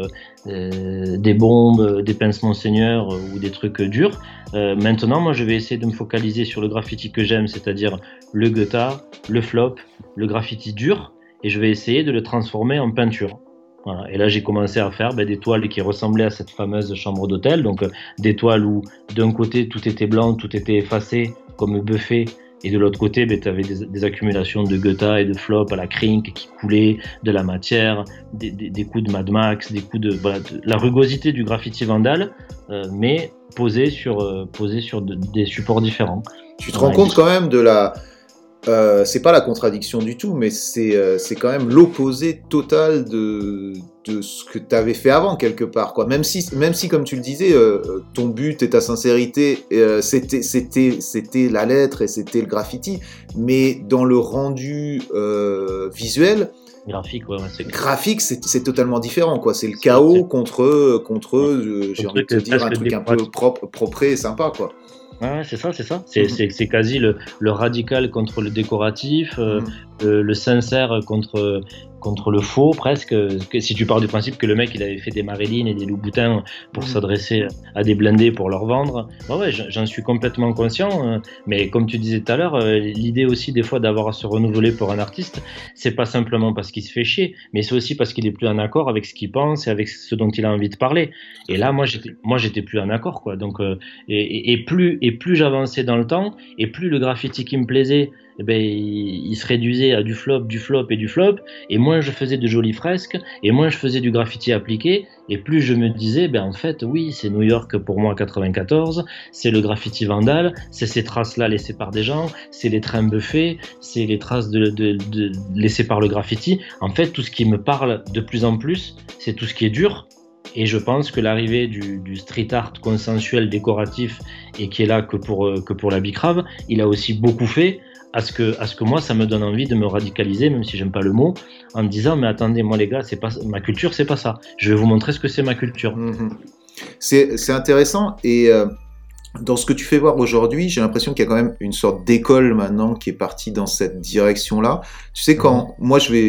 S6: des bombes, des pinces Monseigneur ou des trucs durs. Maintenant, moi, je vais essayer de me focaliser sur le graffiti que j'aime, c'est-à-dire le Goethe, le Flop, le graffiti dur, et je vais essayer de le transformer en peinture. Voilà. Et là, j'ai commencé à faire des toiles qui ressemblaient à cette fameuse chambre d'hôtel, donc des toiles où d'un côté tout était blanc, tout était effacé, comme Buffet, et de l'autre côté, tu avais des accumulations de Goethe et de Flop à la crink qui coulaient, de la matière, des coups de Mad Max, des coups de la rugosité du graffiti vandal, mais posé sur des supports différents.
S1: Tu te rends compte quand même de la... c'est pas la contradiction du tout, mais c'est quand même l'opposé total de ce que tu avais fait avant, quelque part, quoi. Même si comme tu le disais, ton but et ta sincérité, c'était la lettre et c'était le graffiti, mais dans le rendu visuel, graphique, c'est totalement différent, quoi. C'est le chaos contre j'ai envie de te dire, un truc un peu propre et sympa, quoi.
S6: Ouais, c'est ça. C'est quasi le radical contre le décoratif, le sincère contre le faux, presque. Si tu pars du principe que le mec, il avait fait des Marilyn et des Louboutins pour s'adresser à des blindés pour leur vendre. Ouais, j'en suis complètement conscient. Mais comme tu disais tout à l'heure, l'idée aussi, des fois, d'avoir à se renouveler pour un artiste, c'est pas simplement parce qu'il se fait chier, mais c'est aussi parce qu'il est plus en accord avec ce qu'il pense et avec ce dont il a envie de parler. Et là, moi, j'étais plus en accord, quoi. Donc, et plus j'avançais dans le temps, et plus le graffiti qui me plaisait eh ben, il se réduisait à du flop, du flop et du flop, et moins je faisais de jolies fresques, et moins je faisais du graffiti appliqué, et plus je me disais, ben en fait, oui, c'est New York pour moi 94, c'est le graffiti vandal, c'est ces traces-là laissées par des gens, c'est les trains buffés, c'est les traces laissées par le graffiti. En fait, tout ce qui me parle de plus en plus, c'est tout ce qui est dur. Et je pense que l'arrivée du street art consensuel décoratif et qui est là que pour la Bicrave, il a aussi beaucoup fait à ce que moi ça me donne envie de me radicaliser, même si j'aime pas le mot, en me disant mais attendez, moi les gars, c'est pas ma culture, c'est pas ça. Je vais vous montrer ce que c'est ma culture.
S1: C'est intéressant et dans ce que tu fais voir aujourd'hui, j'ai l'impression qu'il y a quand même une sorte d'école maintenant qui est partie dans cette direction-là. Tu sais, quand moi je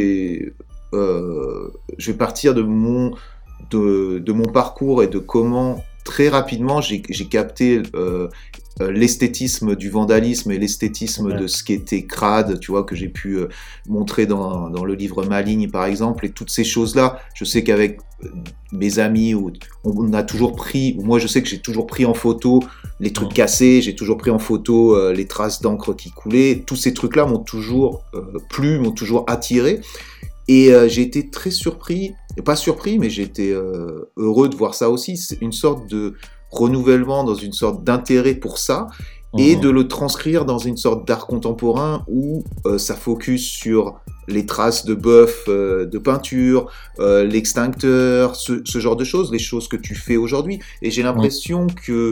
S1: vais partir de mon parcours et de comment très rapidement j'ai capté l'esthétisme du vandalisme et l'esthétisme de ce qui était crade, tu vois, que j'ai pu montrer dans le livre Maligne par exemple, et toutes ces choses-là. Je sais qu'avec mes amis, on a toujours pris, moi je sais que j'ai toujours pris en photo les trucs cassés, j'ai toujours pris en photo les traces d'encre qui coulaient. Tous ces trucs-là m'ont toujours plu, m'ont toujours attiré. Et j'ai été très surpris, pas surpris, mais j'ai été heureux de voir ça aussi. C'est une sorte de renouvellement dans une sorte d'intérêt pour ça, et de le transcrire dans une sorte d'art contemporain où ça focus sur les traces de bœuf, de peinture, l'extincteur, ce genre de choses, les choses que tu fais aujourd'hui. Et j'ai l'impression que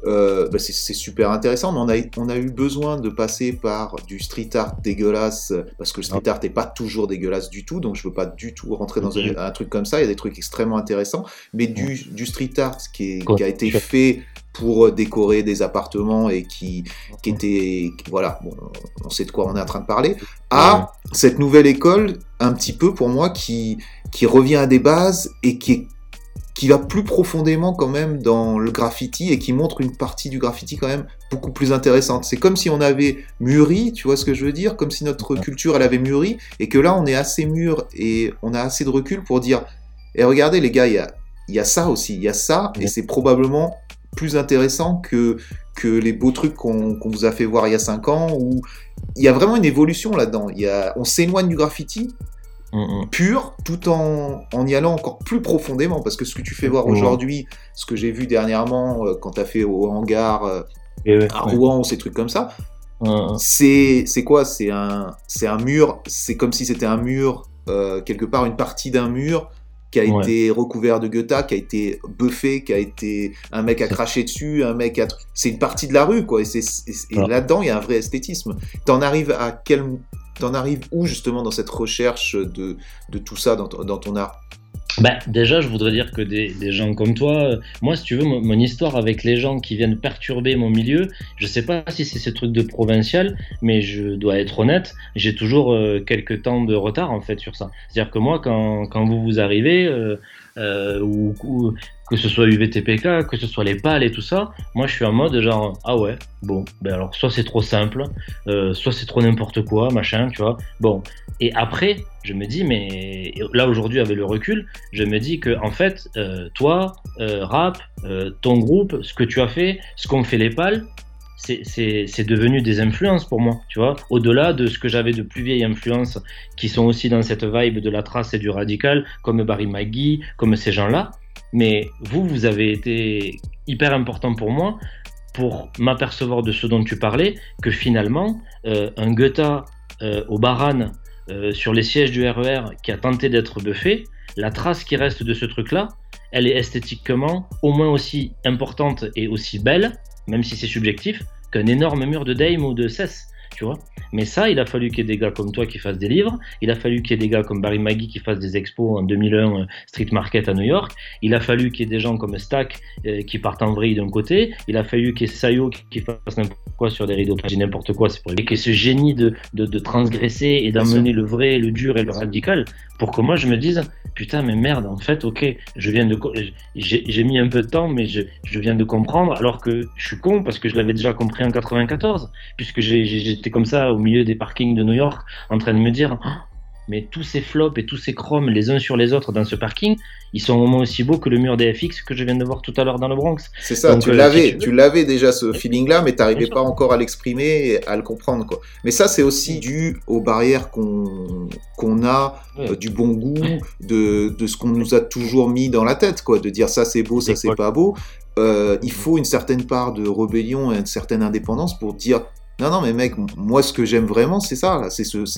S1: c'est super intéressant, mais on a eu besoin de passer par du street art dégueulasse, parce que le street art n'est pas toujours dégueulasse du tout, donc je veux pas du tout rentrer dans un truc comme ça. Il y a des trucs extrêmement intéressants, mais du street art qui a été fait pour décorer des appartements et qui était, voilà, bon, on sait de quoi on est en train de parler, à cette nouvelle école, un petit peu pour moi, qui revient à des bases et qui va plus profondément quand même dans le graffiti et qui montre une partie du graffiti quand même beaucoup plus intéressante. C'est comme si on avait mûri, tu vois ce que je veux dire, comme si notre culture elle avait mûri, et que là on est assez mûr et on a assez de recul pour dire, regardez les gars, il y a ça aussi, il y a ça, et c'est probablement plus intéressant que les beaux trucs qu'on vous a fait voir il y a 5 ans, où il y a vraiment une évolution là-dedans. On s'éloigne du graffiti pur, tout en y allant encore plus profondément, parce que ce que tu fais voir aujourd'hui, ce que j'ai vu dernièrement quand tu as fait au hangar à Rouen, ces trucs comme ça, c'est quoi? C'est un mur, c'est comme si c'était un mur, quelque part une partie d'un mur qui a été recouvert de guetta, qui a été buffé, qui a été un mec a craché dessus, c'est une partie de la rue, quoi. Et là-dedans, il y a un vrai esthétisme. T'en arrives où justement dans cette recherche de tout ça dans ton art?
S6: Déjà, je voudrais dire que des gens comme toi, moi, si tu veux, mon histoire avec les gens qui viennent perturber mon milieu, je sais pas si c'est ce truc de provincial, mais je dois être honnête, j'ai toujours quelques temps de retard en fait sur ça. C'est-à-dire que moi, quand vous arrivez, ou que ce soit UVTPK, que ce soit les pales et tout ça, moi je suis en mode genre ah ouais, bon, alors soit c'est trop simple, soit c'est trop n'importe quoi, machin, tu vois. Bon, et après je me dis, mais là aujourd'hui avec le recul, je me dis que en fait toi, rap, ton groupe, ce que tu as fait, ce qu'ont fait les pales, c'est devenu des influences pour moi, tu vois, au-delà de ce que j'avais de plus vieilles influences qui sont aussi dans cette vibe de la trace et du radical, comme Barry McGee, comme ces gens-là. Mais vous avez été hyper important pour moi pour m'apercevoir de ce dont tu parlais, que finalement, un Guetta au Baran sur les sièges du RER qui a tenté d'être buffé, la trace qui reste de ce truc-là, elle est esthétiquement au moins aussi importante et aussi belle, même si c'est subjectif, qu'un énorme mur de Dame ou de Cess, tu vois. Mais ça, il a fallu qu'il y ait des gars comme toi qui fassent des livres, il a fallu qu'il y ait des gars comme Barry McGee qui fassent des expos en 2001 Street Market à New York, il a fallu qu'il y ait des gens comme Stack qui partent en vrille d'un côté, il a fallu qu'il y ait Sayo qui fasse n'importe quoi sur des rideaux, j'ai n'importe quoi, c'est pour qu'il y ait ce génie de transgresser et d'amener le vrai, le dur et le radical, pour que moi je me dise putain mais merde, en fait ok, j'ai mis un peu de temps, mais je viens de comprendre, alors que je suis con parce que je l'avais déjà compris en 94, puisque j'étais comme ça au milieu des parkings de New York en train de me dire mais tous ces flops et tous ces chromes les uns sur les autres dans ce parking, ils sont au moins aussi beaux que le mur des FX que je viens de voir tout à l'heure dans le Bronx.
S1: C'est ça,
S6: Donc,
S1: tu l'avais déjà ce feeling-là, mais tu n'arrivais pas encore à l'exprimer et à le comprendre, quoi. Mais ça, c'est aussi dû aux barrières qu'on a, du bon goût, de ce qu'on nous a toujours mis dans la tête, quoi, de dire ça c'est beau, ça c'est pas beau. Il faut une certaine part de rébellion et une certaine indépendance pour dire non mais mec, moi ce que j'aime vraiment c'est ça là, c'est ce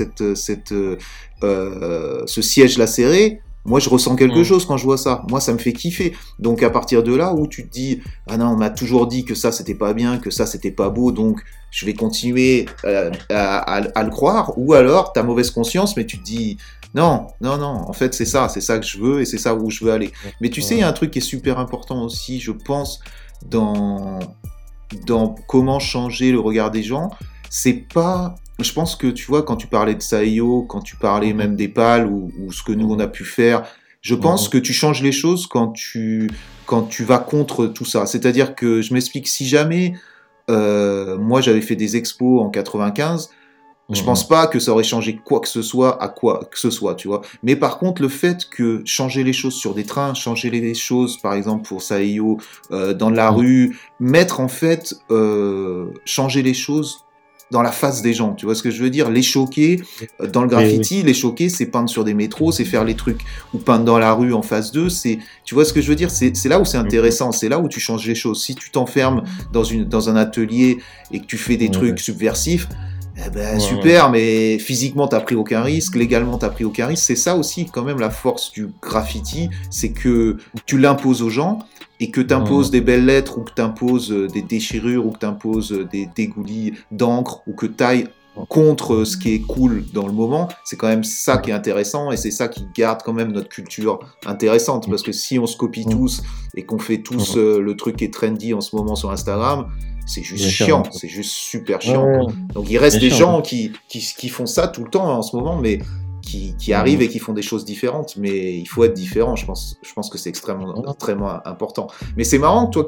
S1: siège lacéré. Moi je ressens quelque chose quand je vois ça, moi ça me fait kiffer. Donc à partir de là où tu te dis ah non, on m'a toujours dit que ça c'était pas bien, que ça c'était pas beau, donc je vais continuer à le croire, ou alors t'as mauvaise conscience mais tu te dis non, en fait c'est ça que je veux et c'est ça où je veux aller. Mais tu sais, il y a un truc qui est super important aussi, je pense, dans comment changer le regard des gens, c'est pas... Je pense que, tu vois, quand tu parlais de Saio, quand tu parlais même des pales ou ce que nous on a pu faire, je pense que tu changes les choses quand tu vas contre tout ça. C'est-à-dire que, je m'explique, si jamais moi j'avais fait des expos en 95, je pense pas que ça aurait changé quoi que ce soit à quoi que ce soit, tu vois. Mais par contre, le fait que changer les choses sur des trains, changer les choses, par exemple pour Saio, dans la rue, mettre en fait, changer les choses dans la face des gens, tu vois ce que je veux dire, les choquer, dans le graffiti, les choquer, c'est peindre sur des métros, c'est faire les trucs, ou peindre dans la rue en face d'eux, c'est, tu vois ce que je veux dire, c'est là où c'est intéressant, c'est là où tu changes les choses. Si tu t'enfermes dans un atelier et que tu fais des trucs subversifs, eh ben, super, mais physiquement t'as pris aucun risque, légalement t'as pris aucun risque. C'est ça aussi quand même la force du graffiti, c'est que tu l'imposes aux gens et que t'imposes des belles lettres ou que t'imposes des déchirures ou que t'imposes des dégoulis d'encre ou que t'ailles contre ce qui est cool dans le moment, c'est quand même ça qui est intéressant et c'est ça qui garde quand même notre culture intéressante, parce que si on se copie tous et qu'on fait tous le truc qui est trendy en ce moment sur Instagram, c'est juste chiant, c'est juste super chiant. Donc il reste des gens qui font ça tout le temps en ce moment, mais qui arrivent et qui font des choses différentes, mais il faut être différent, je pense que c'est extrêmement important. Mais c'est marrant, toi,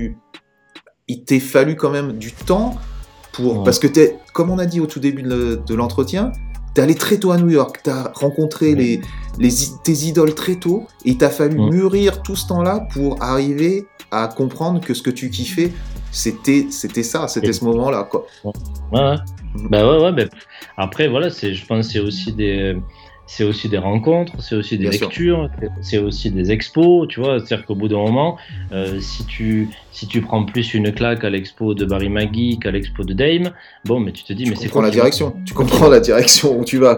S1: il t'est fallu quand même du temps parce que comme on a dit au tout début de l'entretien, t'es allé très tôt à New York, t'as rencontré tes idoles très tôt, et il t'a fallu mûrir tout ce temps-là pour arriver à comprendre que ce que tu kiffais, c'était ça, c'était ce moment-là, quoi.
S6: Bah, après, voilà, je pense que c'est aussi des rencontres, c'est aussi des lectures, c'est aussi des expos, tu vois. C'est-à-dire qu'au bout d'un moment, si tu prends plus une claque à l'expo de Barry Maggie qu'à l'expo de Dame, bon, mais tu te dis, mais c'est quoi
S1: tu comprends la direction où tu vas.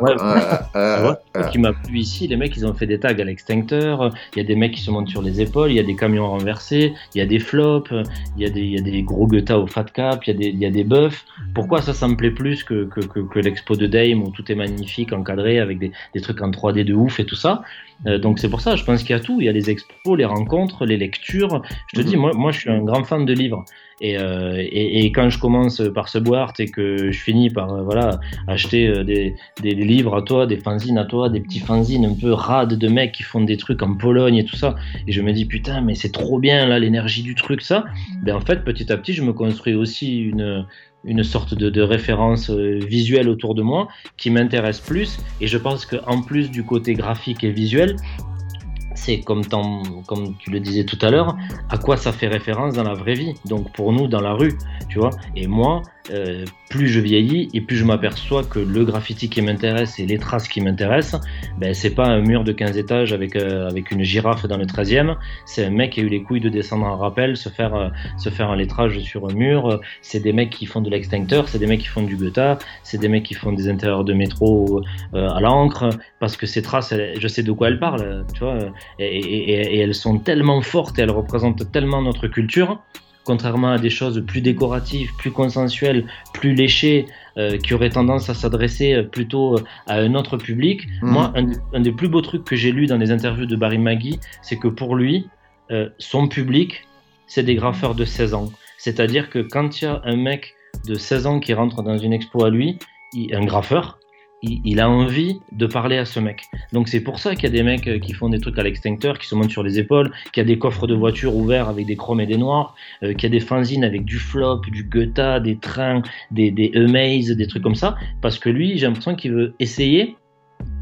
S6: Ce qui m'a plu ici, les mecs, ils ont fait des tags à l'extincteur, il y a des mecs qui se montent sur les épaules, il y a des camions renversés, il y a des flops, il y a des gros guettas au fat cap, il y a des bœufs. Pourquoi ça me plaît plus que l'expo de Dame où tout est magnifique, encadré, avec des trucs en 3D de ouf et tout ça. Donc c'est pour ça, je pense qu'il y a tout. Il y a les expos, les rencontres, les lectures. Je te dis, moi je suis un grand fan de livres. Et quand je commence par Subwart et que je finis par acheter des livres à toi, des fanzines à toi, des petits fanzines un peu rades de mecs qui font des trucs en Pologne et tout ça, et je me dis putain, mais c'est trop bien là, l'énergie du truc, ça. Ben en fait, petit à petit, je me construis aussi une sorte de référence visuelle autour de moi qui m'intéresse plus, et je pense qu'en plus du côté graphique et visuel, c'est comme tu le disais tout à l'heure, à quoi ça fait référence dans la vraie vie, donc pour nous dans la rue, tu vois. Et moi, plus je vieillis et plus je m'aperçois que le graffiti qui m'intéresse et les traces qui m'intéressent, ben c'est pas un mur de 15 étages avec une girafe dans le 13e, c'est un mec qui a eu les couilles de descendre en rappel, se faire un lettrage sur un mur, c'est des mecs qui font de l'extincteur, c'est des mecs qui font du gutta, c'est des mecs qui font des intérieurs de métro à l'encre, parce que ces traces, je sais de quoi elles parlent, tu vois, et elles sont tellement fortes et elles représentent tellement notre culture, contrairement à des choses plus décoratives, plus consensuelles, plus léchées, qui auraient tendance à s'adresser plutôt à un autre public. Moi, un des plus beaux trucs que j'ai lu dans les interviews de Barry Maggie, c'est que pour lui, son public, c'est des graffeurs de 16 ans. C'est-à-dire que quand il y a un mec de 16 ans qui rentre dans une expo à lui, un graffeur, il a envie de parler à ce mec. Donc c'est pour ça qu'il y a des mecs qui font des trucs à l'extincteur, qui se montent sur les épaules, qu'il y a des coffres de voitures ouverts avec des chromes et des noirs, qu'il y a des fanzines avec du flop, du gutta, des trains, des amaze, des trucs comme ça, parce que lui, j'ai l'impression qu'il veut essayer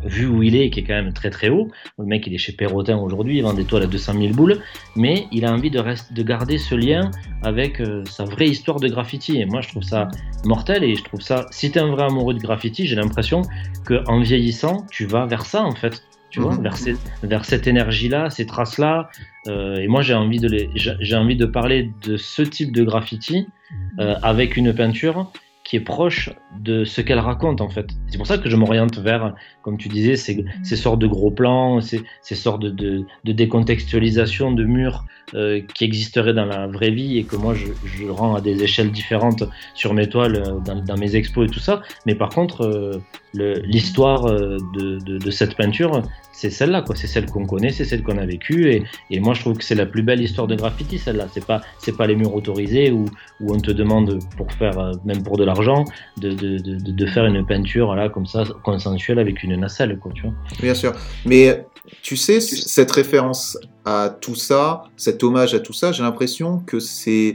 S6: vu où il est, qui est quand même très très haut. Le mec, il est chez Perrotin aujourd'hui, il vend des toiles à 200 000 boules, mais il a envie de garder ce lien avec sa vraie histoire de graffiti. Et moi, je trouve ça mortel, et je trouve ça, si t'es un vrai amoureux de graffiti, j'ai l'impression qu'en vieillissant, tu vas vers ça, en fait. Tu vois, vers cette énergie-là, ces traces-là. Et moi, j'ai envie de parler de ce type de graffiti avec une peinture qui est proche de ce qu'elle raconte, en fait. C'est pour ça que je m'oriente vers, comme tu disais, ces sortes de gros plans, ces sortes de décontextualisation de murs qui existeraient dans la vraie vie, et que moi je rends à des échelles différentes sur mes toiles, dans mes expos et tout ça. Mais par contre, l'histoire de cette peinture, c'est celle-là, quoi. C'est celle qu'on connaît, c'est celle qu'on a vécue, et moi je trouve que c'est la plus belle histoire de graffiti, celle-là. C'est pas les murs autorisés où on te demande, pour faire, même pour de l'argent, de faire une peinture là comme ça, consensuelle, avec une nacelle, quoi, tu vois.
S1: Bien sûr, mais tu sais, cette référence à tout ça, cet hommage à tout ça, j'ai l'impression que c'est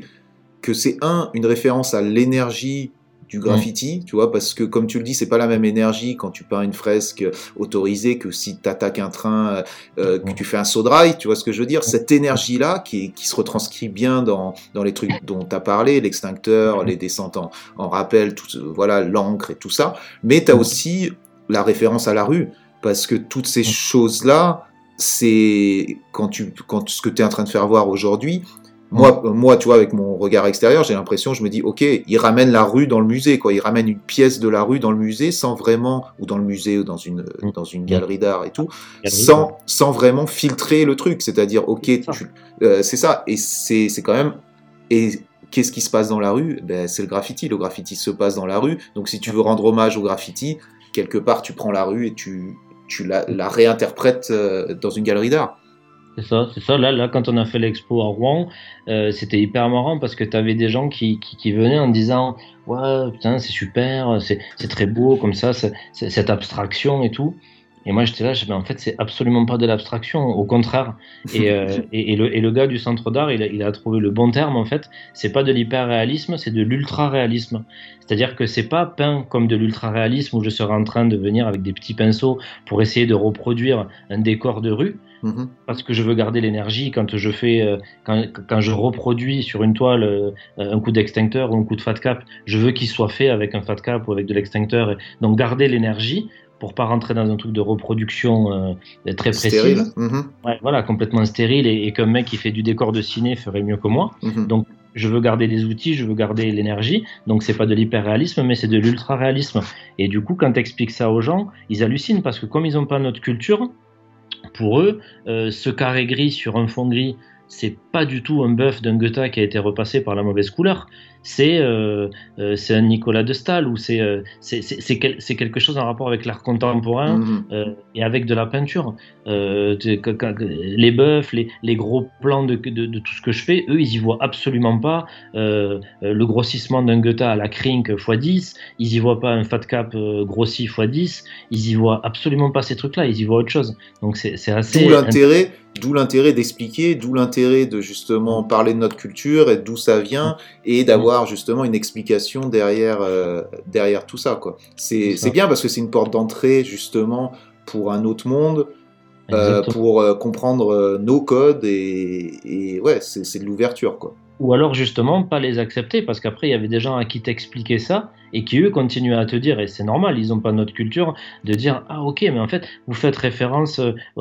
S1: une référence à l'énergie du graffiti, tu vois, parce que comme tu le dis, c'est pas la même énergie quand tu peins une fresque autorisée que si tu attaques un train, que tu fais un saut de rail, tu vois ce que je veux dire. Cette énergie-là qui se retranscrit bien dans les trucs dont tu as parlé, l'extincteur, les descentes en rappel, voilà, l'encre et tout ça, mais tu as aussi la référence à la rue, parce que toutes ces choses-là, c'est quand ce que tu es en train de faire voir aujourd'hui. Moi, tu vois, avec mon regard extérieur, j'ai l'impression, je me dis, ok, il ramène la rue dans le musée, quoi. Il ramène une pièce de la rue dans le musée sans vraiment, ou dans le musée, ou dans une galerie d'art et tout, sans vraiment filtrer le truc. C'est-à-dire, ok, c'est ça. Et c'est quand même, et qu'est-ce qui se passe dans la rue? Ben, c'est le graffiti. Le graffiti se passe dans la rue. Donc, si tu veux rendre hommage au graffiti, quelque part, tu prends la rue et tu la réinterprètes dans une galerie d'art.
S6: C'est ça. Là, quand on a fait l'expo à Rouen, c'était hyper marrant, parce que t'avais des gens qui venaient en disant, ouais, putain, c'est super, c'est très beau comme ça, cette abstraction et tout. Et moi, j'étais là, en fait, c'est absolument pas de l'abstraction, au contraire. Et le gars du centre d'art, il a trouvé le bon terme, en fait. C'est pas de l'hyper-réalisme, c'est de l'ultra-réalisme. C'est-à-dire que c'est pas peint comme de l'ultra-réalisme où je serais en train de venir avec des petits pinceaux pour essayer de reproduire un décor de rue. Parce que je veux garder l'énergie quand je fais, quand je reproduis sur une toile un coup d'extincteur ou un coup de fat cap, je veux qu'il soit fait avec un fat cap ou avec de l'extincteur. Donc garder l'énergie pour pas rentrer dans un truc de reproduction très précis.
S1: Stérile.
S6: Ouais, voilà, complètement stérile, et qu'un mec qui fait du décor de ciné ferait mieux que moi. Donc je veux garder les outils, je veux garder l'énergie. Donc c'est pas de l'hyper-réalisme, mais c'est de l'ultra-réalisme. Et du coup, quand t'expliques ça aux gens, ils hallucinent, parce que comme ils n'ont pas notre culture, pour eux, ce carré gris sur un fond gris, c'est pas du tout un bœuf d'un Goethe qui a été repassé par la mauvaise couleur. C'est un Nicolas de Staël, ou c'est quelque chose en rapport avec l'art contemporain et avec de la peinture. Les bœufs, les gros plans de tout ce que je fais, eux, ils y voient absolument pas le grossissement d'un Goethe à la Krink x10, ils y voient pas un fat cap grossi x10, ils y voient absolument pas ces trucs-là, ils y voient autre chose. Donc c'est assez...
S1: D'où l'intérêt d'expliquer, d'où l'intérêt de justement parler de notre culture et d'où ça vient, et d'avoir justement une explication derrière tout ça, quoi. C'est bien, parce que c'est une porte d'entrée justement pour un autre monde, pour comprendre nos codes, et ouais, c'est de l'ouverture, quoi.
S6: Ou alors justement pas les accepter, parce qu'après il y avait des gens à qui t'expliquaient ça et qui eux continuaient à te dire, et c'est normal, ils n'ont pas notre culture, de dire ah ok, mais en fait vous faites référence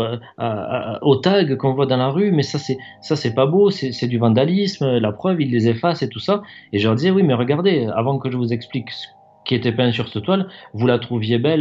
S6: aux tags qu'on voit dans la rue, mais ça c'est pas beau, c'est du vandalisme, la preuve ils les effacent et tout ça. Et je leur disais oui, mais regardez, avant que je vous explique ce qui était peint sur cette toile, vous la trouviez belle.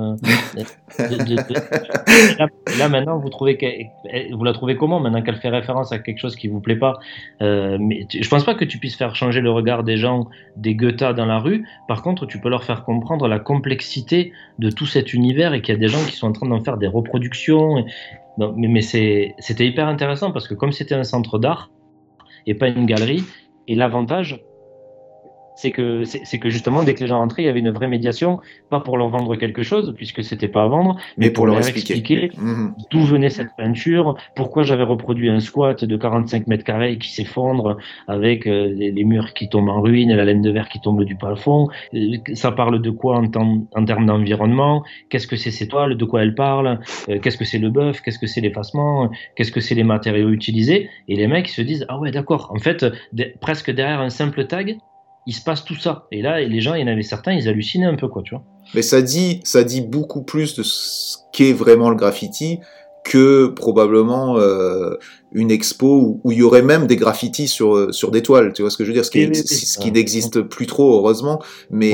S6: Là maintenant, vous la trouvez comment maintenant qu'elle fait référence à quelque chose qui vous plaît pas. Mais je pense pas que tu puisses faire changer le regard des gens, des Goethe dans la rue. Par contre, tu peux leur faire comprendre la complexité de tout cet univers, et qu'il y a des gens qui sont en train d'en faire des reproductions. Non, mais c'était hyper intéressant, parce que comme c'était un centre d'art et pas une galerie, et l'avantage, c'est que justement, dès que les gens rentraient, il y avait une vraie médiation, pas pour leur vendre quelque chose, puisque c'était pas à vendre, mais pour leur expliquer d'où venait cette peinture, pourquoi j'avais reproduit un squat de 45 mètres carrés qui s'effondre avec les murs qui tombent en ruine, la laine de verre qui tombe du plafond. Ça parle de quoi en termes d'environnement? Qu'est-ce que c'est ces toiles? De quoi elles parlent? Qu'est-ce que c'est le bœuf? Qu'est-ce que c'est l'effacement? Qu'est-ce que c'est les matériaux utilisés? Et les mecs se disent, ah ouais, d'accord. En fait, presque derrière un simple tag, il se passe tout ça. Et là, les gens, il y en avait certains, ils hallucinaient un peu, quoi, tu vois.
S1: Mais ça dit beaucoup plus de ce qu'est vraiment le graffiti que probablement une expo où il y aurait même des graffitis sur des toiles, tu vois ce que je veux dire, ce qui n'existe plus trop, heureusement, mais...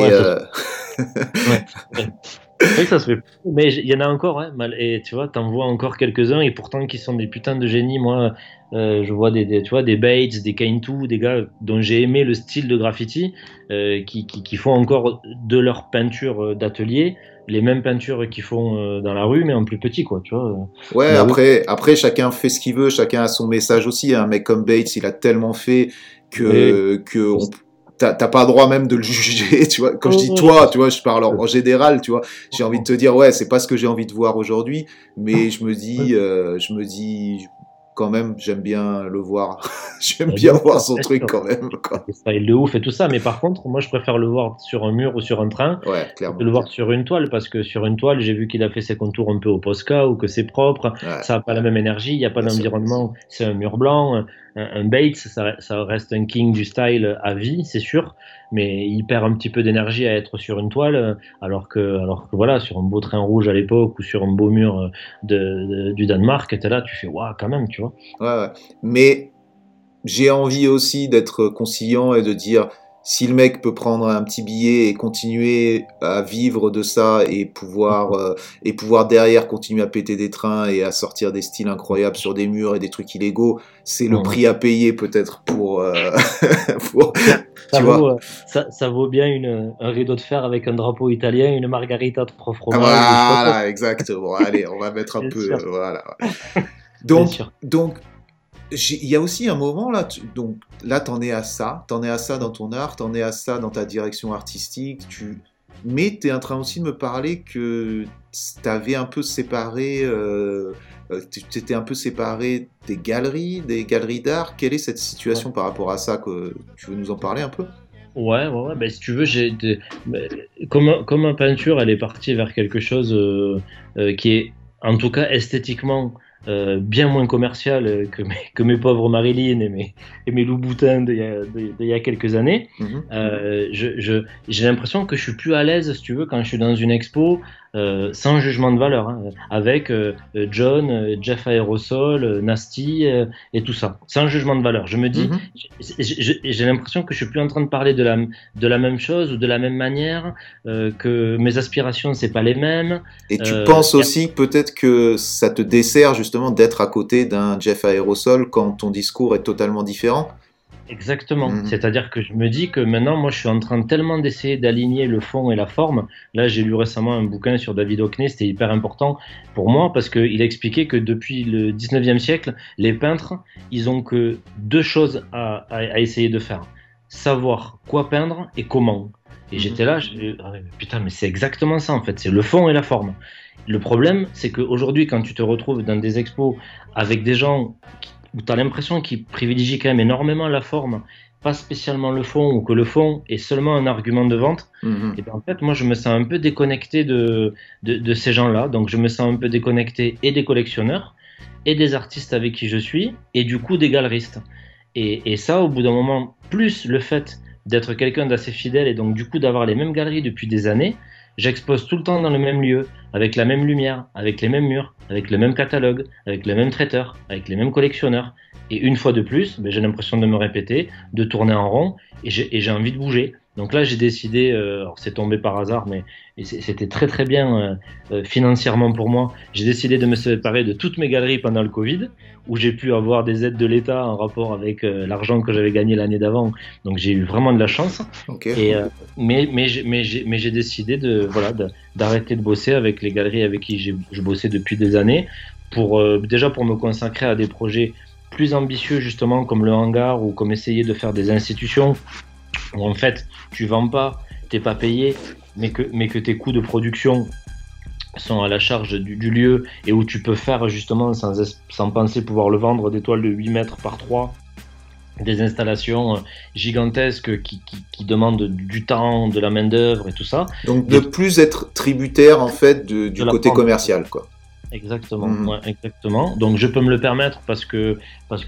S6: Ouais, oui, ça se fait. Mais il y en a encore, hein, et tu vois, t'en vois encore quelques-uns, et pourtant qui sont des putains de génies. Moi, je vois tu vois, des Bates, des Kaintu, des gars dont j'ai aimé le style de graffiti, qui font encore de leur peinture d'atelier les mêmes peintures qu'ils font dans la rue, mais en plus petit, quoi, tu vois.
S1: Ouais, après, chacun fait ce qu'il veut, chacun a son message aussi. Un mec comme Bates, il a tellement fait que t'as pas le droit même de le juger, tu vois. Quand je dis toi, tu vois, je parle en général, tu vois. J'ai envie de te dire, ouais, c'est pas ce que j'ai envie de voir aujourd'hui, mais je me dis, quand même, j'aime bien le voir. J'aime bien voir son truc quand même, quoi.
S6: Le style de ouf et tout ça, mais par contre, moi, je préfère le voir sur un mur ou sur un train,
S1: clairement,
S6: que le voir sur une toile, parce que sur une toile, j'ai vu qu'il a fait ses contours un peu au Posca ou que c'est propre, ça n'a pas la même énergie, il n'y a pas d'environnement, c'est un mur blanc. Un Bates, ça reste un king du style à vie, c'est sûr, mais il perd un petit peu d'énergie à être sur une toile, alors que voilà, sur un beau train rouge à l'époque ou sur un beau mur du Danemark, t'es là, tu fais waouh, quand même, tu vois.
S1: Ouais. Mais j'ai envie aussi d'être conciliant et de dire, si le mec peut prendre un petit billet et continuer à vivre de ça et pouvoir derrière continuer à péter des trains et à sortir des styles incroyables sur des murs et des trucs illégaux, c'est le prix à payer peut-être pour
S6: ça vaut bien un rideau de fer avec un drapeau italien, une margarita de 3 fromages.
S1: Voilà, exactement. Allez, on va mettre un peu, voilà. Donc, il y a aussi un moment là, donc là t'en es à ça dans ton art, t'en es à ça dans ta direction artistique, mais t'es en train aussi de me parler que t'avais un peu séparé, t'étais un peu séparé des galeries d'art. Quelle est cette situation par rapport à ça, que tu veux nous en parler un peu?
S6: Ouais, ben, si tu veux, comme ma peinture, elle est partie vers quelque chose qui est, en tout cas esthétiquement, bien moins commercial que mes pauvres Marilyn et mes Louboutins d'il y a quelques années. J'ai l'impression que je suis plus à l'aise, si tu veux, quand je suis dans une expo, sans jugement de valeur, hein, avec John, Jeff Aerosol, Nasty et tout ça, sans jugement de valeur. Je me dis, j'ai l'impression que je suis plus en train de parler de la même chose ou de la même manière, que mes aspirations, c'est pas les mêmes.
S1: Et tu penses aussi peut-être que ça te dessert justement d'être à côté d'un Jeff Aerosol quand ton discours est totalement différent?
S6: Exactement. C'est-à-dire que je me dis que maintenant, moi, je suis en train tellement d'essayer d'aligner le fond et la forme. Là, j'ai lu récemment un bouquin sur David Hockney, c'était hyper important pour moi parce qu'il expliquait que depuis le 19e siècle, les peintres, ils ont que 2 choses à essayer de faire. Savoir quoi peindre et comment. Et j'étais là, putain, mais c'est exactement ça en fait, c'est le fond et la forme. Le problème, c'est qu'aujourd'hui, quand tu te retrouves dans des expos avec des gens où tu as l'impression qu'ils privilégient quand même énormément la forme, pas spécialement le fond, ou que le fond est seulement un argument de vente, et bien en fait, moi, je me sens un peu déconnecté de ces gens-là. Donc, je me sens un peu déconnecté et des collectionneurs, et des artistes avec qui je suis, et du coup, des galeristes. Et ça, au bout d'un moment, plus le fait d'être quelqu'un d'assez fidèle, et donc du coup d'avoir les mêmes galeries depuis des années, j'expose tout le temps dans le même lieu, avec la même lumière, avec les mêmes murs, avec le même catalogue, avec le même traiteur, avec les mêmes collectionneurs. Et une fois de plus, j'ai l'impression de me répéter, de tourner en rond, et j'ai envie de bouger. Donc là, j'ai décidé, alors c'est tombé par hasard, mais c'était très très bien financièrement pour moi. J'ai décidé de me séparer de toutes mes galeries pendant le Covid, où j'ai pu avoir des aides de l'État en rapport avec l'argent que j'avais gagné l'année d'avant. Donc j'ai eu vraiment de la chance.
S1: Okay.
S6: Mais j'ai décidé d'arrêter de bosser avec les galeries avec qui je bossais depuis des années, déjà pour me consacrer à des projets plus ambitieux justement comme le hangar ou comme essayer de faire des institutions où en fait tu vends pas, t'es pas payé, mais que tes coûts de production sont à la charge du lieu, et où tu peux faire justement sans penser pouvoir le vendre des toiles de 8 mètres par 3, des installations gigantesques qui demandent du temps, de la main d'œuvre et tout ça.
S1: Donc ne plus être tributaire en fait du côté commercial, quoi.
S6: Exactement, ouais, exactement. Donc je peux me le permettre parce que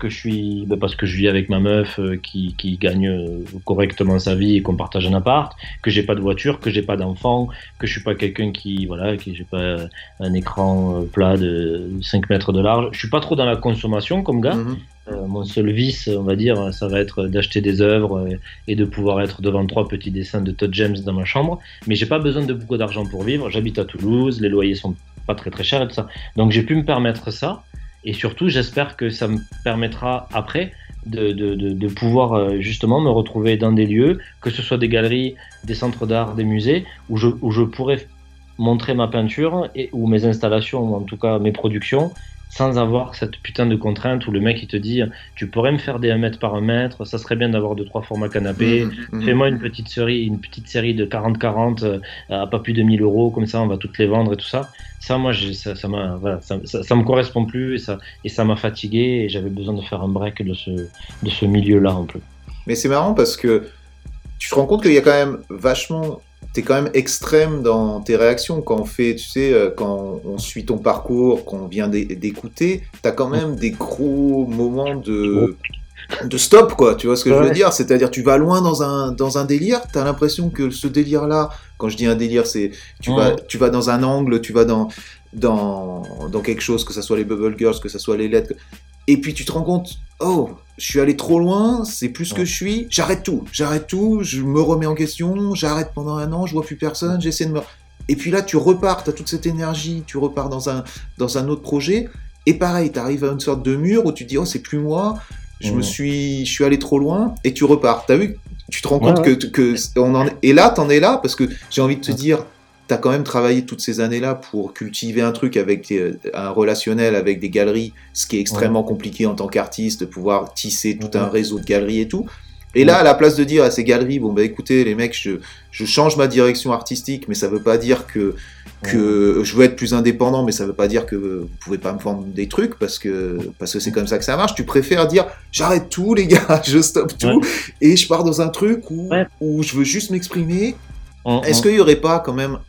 S6: je vis avec ma meuf qui gagne correctement sa vie et qu'on partage un appart, que j'ai pas de voiture, que j'ai pas d'enfant, que je suis pas quelqu'un qui j'ai pas un écran plat de 5 mètres de large. Je suis pas trop dans la consommation comme gars. Mon seul vice, on va dire, ça va être d'acheter des œuvres et de pouvoir être devant 3 petits dessins de Todd James dans ma chambre. Mais j'ai pas besoin de beaucoup d'argent pour vivre. J'habite à Toulouse, les loyers sont pas très très chers et tout ça. Donc j'ai pu me permettre ça. Et surtout, j'espère que ça me permettra après de pouvoir justement me retrouver dans des lieux, que ce soit des galeries, des centres d'art, des musées, où je pourrais montrer ma peinture ou mes installations, ou en tout cas mes productions, sans avoir cette putain de contrainte où le mec il te dit tu pourrais me faire des 1 mètre par 1 mètre, ça serait bien d'avoir 2-3 formats canapés, fais-moi une petite série de 40-40 à pas plus de 1 000 euros, comme ça on va toutes les vendre et tout ça. Ça moi ça me correspond plus, et ça m'a fatigué, et j'avais besoin de faire un break de ce milieu là un peu.
S1: Mais c'est marrant parce que tu te rends compte qu'il y a quand même vachement... T'es quand même extrême dans tes réactions quand on fait, tu sais, quand on suit ton parcours, qu'on vient d'écouter, t'as quand même des gros moments de stop, quoi. Tu vois ce que je veux dire? C'est-à-dire, tu vas loin dans un délire, t'as l'impression que ce délire-là, quand je dis un délire, c'est tu vas dans un angle, tu vas dans quelque chose, que ça soit les Bubble Girls, que ça soit les lettres, et puis tu te rends compte, oh, je suis allé trop loin, c'est plus ce que je suis, j'arrête tout, je me remets en question, j'arrête pendant 1 an, je vois plus personne, j'essaie de me... Et puis là, tu repars, t'as toute cette énergie, tu repars dans un autre projet, et pareil, t'arrives à une sorte de mur où tu te dis, oh, c'est plus moi, je suis allé trop loin, et tu repars. T'as vu? Tu te rends compte que et là, t'en es là, parce que j'ai envie de te dire, t'as quand même travaillé toutes ces années-là pour cultiver un truc avec un relationnel avec des galeries, ce qui est extrêmement compliqué en tant qu'artiste, de pouvoir tisser tout un réseau de galeries et tout. Et là, à la place de dire à ces galeries, bon bah écoutez les mecs, je change ma direction artistique, mais ça veut pas dire que je veux être plus indépendant, mais ça veut pas dire que vous pouvez pas me vendre des trucs, parce que c'est comme ça que ça marche. Tu préfères dire j'arrête tout les gars, je stoppe tout, et je pars dans un truc où je veux juste m'exprimer. Est-ce qu'il n'y aurait pas quand même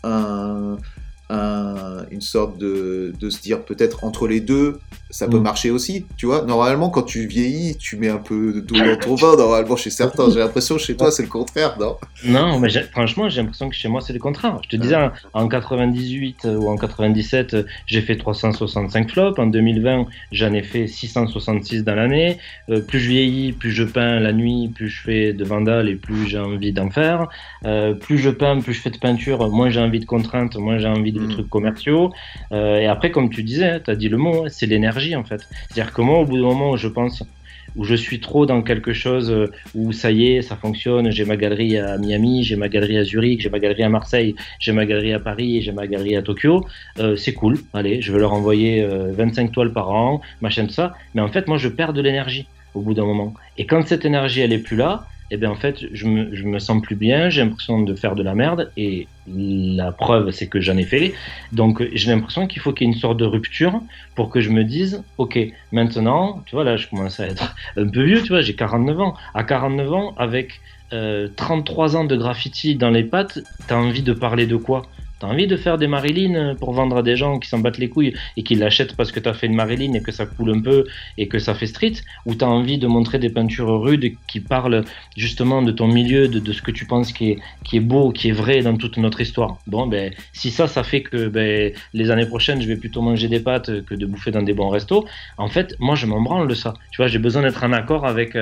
S1: une sorte de se dire peut-être entre les deux, ça peut marcher aussi, tu vois? Normalement, quand tu vieillis, tu mets un peu d'eau dans ton vin, normalement, chez certains. J'ai l'impression que chez toi, c'est le contraire, non?
S6: Non, mais franchement, j'ai l'impression que chez moi, c'est le contraire. Je te disais, en 98 ou en 97, j'ai fait 365 flops. En 2020, j'en ai fait 666 dans l'année. Plus je vieillis, plus je peins la nuit, plus je fais de vandales et plus j'ai envie d'en faire. Plus je peins, plus je fais de peinture, moins j'ai envie de contraintes, moins j'ai envie de trucs commerciaux. Et après, comme tu disais, tu as dit le mot, c'est l'énergie en fait. C'est-à-dire que moi, au bout d'un moment où je pense, où je suis trop dans quelque chose où ça y est, ça fonctionne, j'ai ma galerie à Miami, j'ai ma galerie à Zurich, j'ai ma galerie à Marseille, j'ai ma galerie à Paris et j'ai ma galerie à Tokyo, c'est cool, allez, je vais leur envoyer 25 toiles par an, machin de ça, mais en fait, moi, je perds de l'énergie au bout d'un moment. Et quand cette énergie, elle est plus là, eh bien en fait, je me sens plus bien, j'ai l'impression de faire de la merde, et la preuve, c'est que j'en ai fait. Donc j'ai l'impression qu'il faut qu'il y ait une sorte de rupture pour que je me dise, ok, maintenant, tu vois, là, je commence à être un peu vieux, tu vois, j'ai 49 ans. À 49 ans, avec 33 ans de graffiti dans les pattes, t'as envie de parler de quoi ? T'as envie de faire des Marilyn pour vendre à des gens qui s'en battent les couilles et qui l'achètent parce que t'as fait une Marilyn et que ça coule un peu et que ça fait street, ou t'as envie de montrer des peintures rudes qui parlent justement de ton milieu, de ce que tu penses qui est beau, qui est vrai dans toute notre histoire. Bon, ben, si ça fait que les années prochaines, je vais plutôt manger des pâtes que de bouffer dans des bons restos, en fait, moi, je m'en branle de ça. Tu vois, j'ai besoin d'être en accord avec...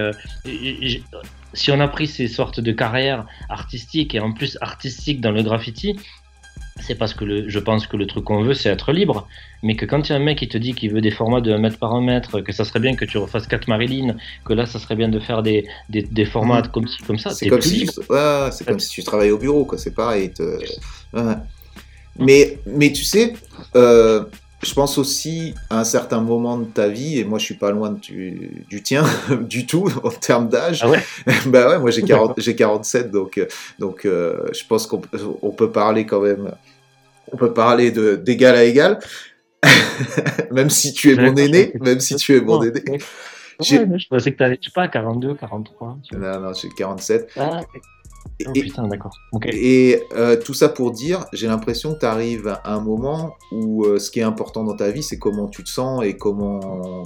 S6: si on a pris ces sortes de carrières artistiques, et en plus artistiques dans le graffiti, c'est parce que je pense que le truc qu'on veut, c'est être libre. Mais que quand il y a un mec qui te dit qu'il veut des formats de 1 mètre par 1 mètre, que ça serait bien que tu refasses 4 Marilyn, que là, ça serait bien de faire des formats comme ça,
S1: c'est comme si c'est comme si tu travaillais au bureau, quoi. C'est pareil. Mais tu sais, je pense aussi à un certain moment de ta vie, et moi je suis pas loin du tien du tout en termes d'âge.
S6: Ah ouais.
S1: Bah ouais, moi j'ai
S6: D'accord.
S1: 47, donc je pense qu'on peut parler quand même, on peut parler d'égal à égal, même si tu es mon aîné, même si tu es mon aîné.
S6: Ouais, je pensais que t'avais, je sais pas, 42, 43.
S1: Non, j'ai 47.
S6: Ah, oh
S1: Et,
S6: putain, d'accord. Ok.
S1: et tout ça pour dire, j'ai l'impression que tu arrives à un moment où ce qui est important dans ta vie, c'est comment tu te sens et comment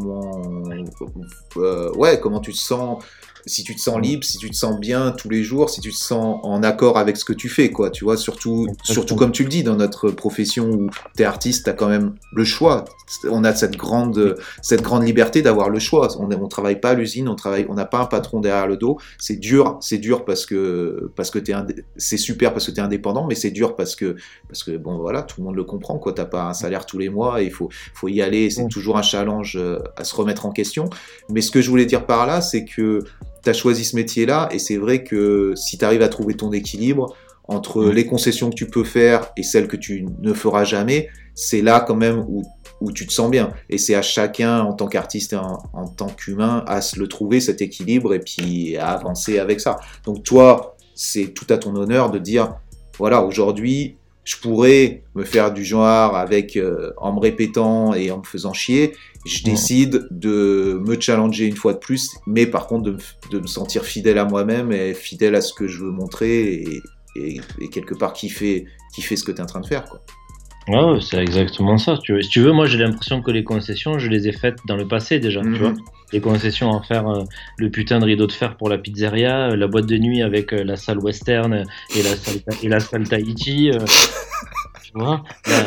S1: tu te sens, si tu te sens libre, si tu te sens bien tous les jours, si tu te sens en accord avec ce que tu fais, quoi. Tu vois, surtout comme tu le dis, dans notre profession où tu es artiste, tu as quand même le choix. On a cette grande liberté d'avoir le choix. On travaille pas à l'usine, on n'a pas un patron derrière le dos. C'est dur parce que c'est super parce que tu es indépendant, mais c'est dur parce que bon voilà, tout le monde le comprend, quoi. T'as pas un salaire tous les mois et il faut y aller. C'est toujours un challenge à se remettre en question. Mais ce que je voulais dire par là, c'est que tu as choisi ce métier-là, et c'est vrai que si tu arrives à trouver ton équilibre entre les concessions que tu peux faire et celles que tu ne feras jamais, c'est là quand même où tu te sens bien. Et c'est à chacun, en tant qu'artiste et en tant qu'humain, à se le trouver, cet équilibre, et puis à avancer avec ça. Donc toi, c'est tout à ton honneur de dire, voilà, aujourd'hui, je pourrais me faire du genre en me répétant et en me faisant chier. Je décide de me challenger une fois de plus, mais par contre de me sentir fidèle à moi-même et fidèle à ce que je veux montrer, et quelque part kiffer ce que tu es en train de faire, quoi.
S6: Ouais, c'est exactement ça. Si tu veux, moi j'ai l'impression que les concessions, je les ai faites dans le passé déjà. Tu vois, les concessions à faire le putain de rideau de fer pour la pizzeria, la boîte de nuit avec la salle western et la salle Tahiti. Tu vois,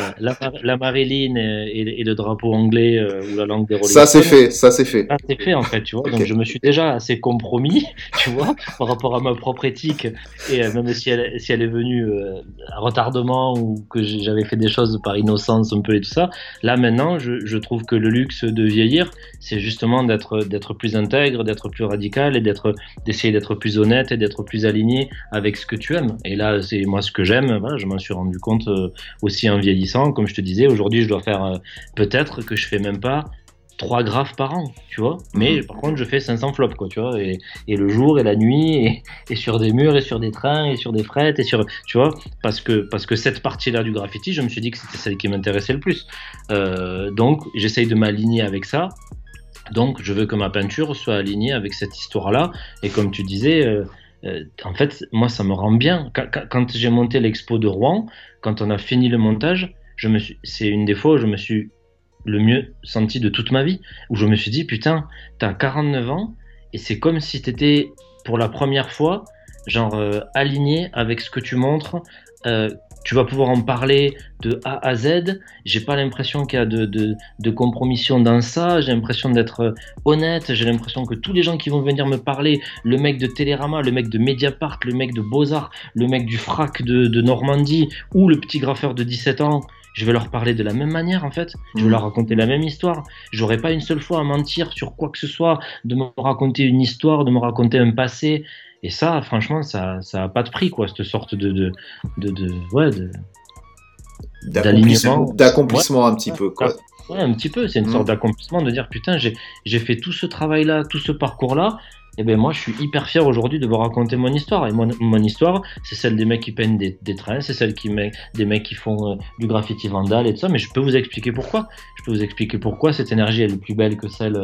S6: la Marilyn et le drapeau anglais ou la langue des Rolling
S1: Ça, c'est
S6: Stones.
S1: fait.
S6: Ça, c'est fait en fait, tu vois.
S1: Okay.
S6: Donc je me suis déjà assez compromis, tu vois, par rapport à ma propre éthique, et même si elle est venue à retardement, ou que j'avais fait des choses par innocence un peu et tout ça. Là maintenant, je trouve que le luxe de vieillir, c'est justement d'être plus intègre, d'être plus radical, et d'essayer d'être plus honnête et d'être plus aligné avec ce que tu aimes. Et là, c'est moi ce que j'aime. Voilà, je m'en suis rendu compte aussi en vieillissant. Comme je te disais, aujourd'hui, je dois faire peut-être que je fais même pas 3 graphes par an, tu vois. Mais par contre, je fais 500 flops, quoi, tu vois. Et le jour et la nuit, et sur des murs, et sur des trains, et sur des frettes, et sur, tu vois, parce que cette partie-là du graffiti, je me suis dit que c'était celle qui m'intéressait le plus. Donc, j'essaye de m'aligner avec ça. Donc, je veux que ma peinture soit alignée avec cette histoire-là. Et comme tu disais, en fait, moi, ça me rend bien. Quand j'ai monté l'expo de Rouen, quand on a fini le montage, c'est une des fois où je me suis le mieux senti de toute ma vie, où je me suis dit, putain, t'as 49 ans, et c'est comme si t'étais, pour la première fois, genre aligné avec ce que tu montres. Tu vas pouvoir en parler de A à Z. J'ai pas l'impression qu'il y a de compromission dans ça. J'ai l'impression d'être honnête. J'ai l'impression que tous les gens qui vont venir me parler, le mec de Télérama, le mec de Mediapart, le mec de Beaux-Arts, le mec du FRAC de Normandie, ou le petit graffeur de 17 ans, je vais leur parler de la même manière, en fait. Je vais leur raconter la même histoire. J'aurai pas une seule fois à mentir sur quoi que ce soit, de me raconter une histoire, de me raconter un passé. Et ça, franchement, ça a pas de prix, quoi, cette sorte
S1: d'accomplissement, ouais. Un petit peu, quoi.
S6: Ouais, un petit peu. C'est une sorte d'accomplissement de dire, putain, j'ai fait tout ce travail-là, tout ce parcours-là. Et ben moi, je suis hyper fier aujourd'hui de vous raconter mon histoire. Et mon histoire, c'est celle des mecs qui peignent des trains, c'est celle des mecs qui font du graffiti vandal et tout ça. Mais je peux vous expliquer pourquoi. Je peux vous expliquer pourquoi cette énergie elle est plus belle que celle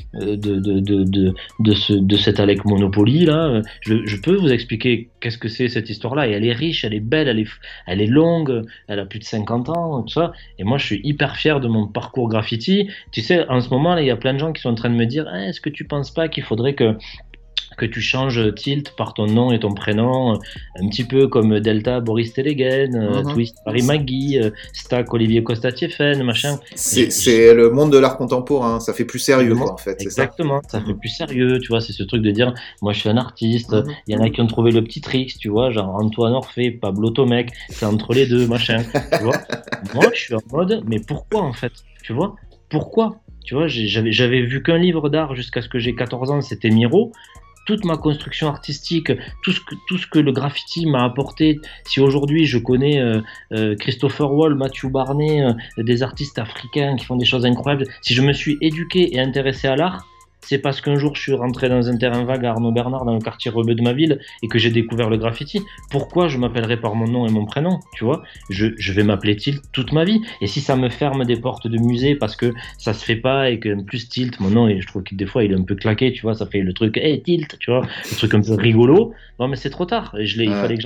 S6: de cet Alec Monopoly là. Je peux vous expliquer qu'est-ce que c'est cette histoire-là. Et elle est riche, elle est belle, elle est longue, elle a plus de 50 ans, tout ça. Et moi, je suis hyper fier de mon parcours graffiti. Tu sais, en ce moment, là, il y a plein de gens qui sont en train de me dire, est-ce que tu penses pas qu'il faudrait que tu changes Tilt par ton nom et ton prénom, un petit peu comme Delta Boris Telegen, Twist Paris Magui, Stack Olivier Costa-Tiefen, machin.
S1: C'est le monde de l'art contemporain, ça fait plus sérieux, quoi, en fait.
S6: Exactement, ça fait plus sérieux, tu vois, c'est ce truc de dire, moi je suis un artiste, il y en a qui ont trouvé le petit tricks, tu vois, genre Antoine Orphée, Pablo Tomec, c'est entre les deux, machin, tu vois. Moi je suis en mode, mais pourquoi en fait, tu vois, pourquoi? Tu vois, j'avais vu qu'un livre d'art jusqu'à ce que j'ai 14 ans, c'était Miro. toute ma construction artistique, tout ce que le graffiti m'a apporté, si aujourd'hui je connais Christopher Wall, Matthew Barney, des artistes africains qui font des choses incroyables, si je me suis éduqué et intéressé à l'art, c'est parce qu'un jour je suis rentré dans un terrain vague à Arnaud Bernard, dans le quartier rebeu de ma ville, et que j'ai découvert le graffiti. Pourquoi je m'appellerais par mon nom et mon prénom, tu vois? Je vais m'appeler Tilt toute ma vie. Et si ça me ferme des portes de musée parce que ça se fait pas et que plus Tilt, mon nom, et je trouve que des fois il est un peu claqué, tu vois, ça fait le truc, hey Tilt, tu vois, le truc un peu rigolo. Non mais c'est trop tard. Il fallait que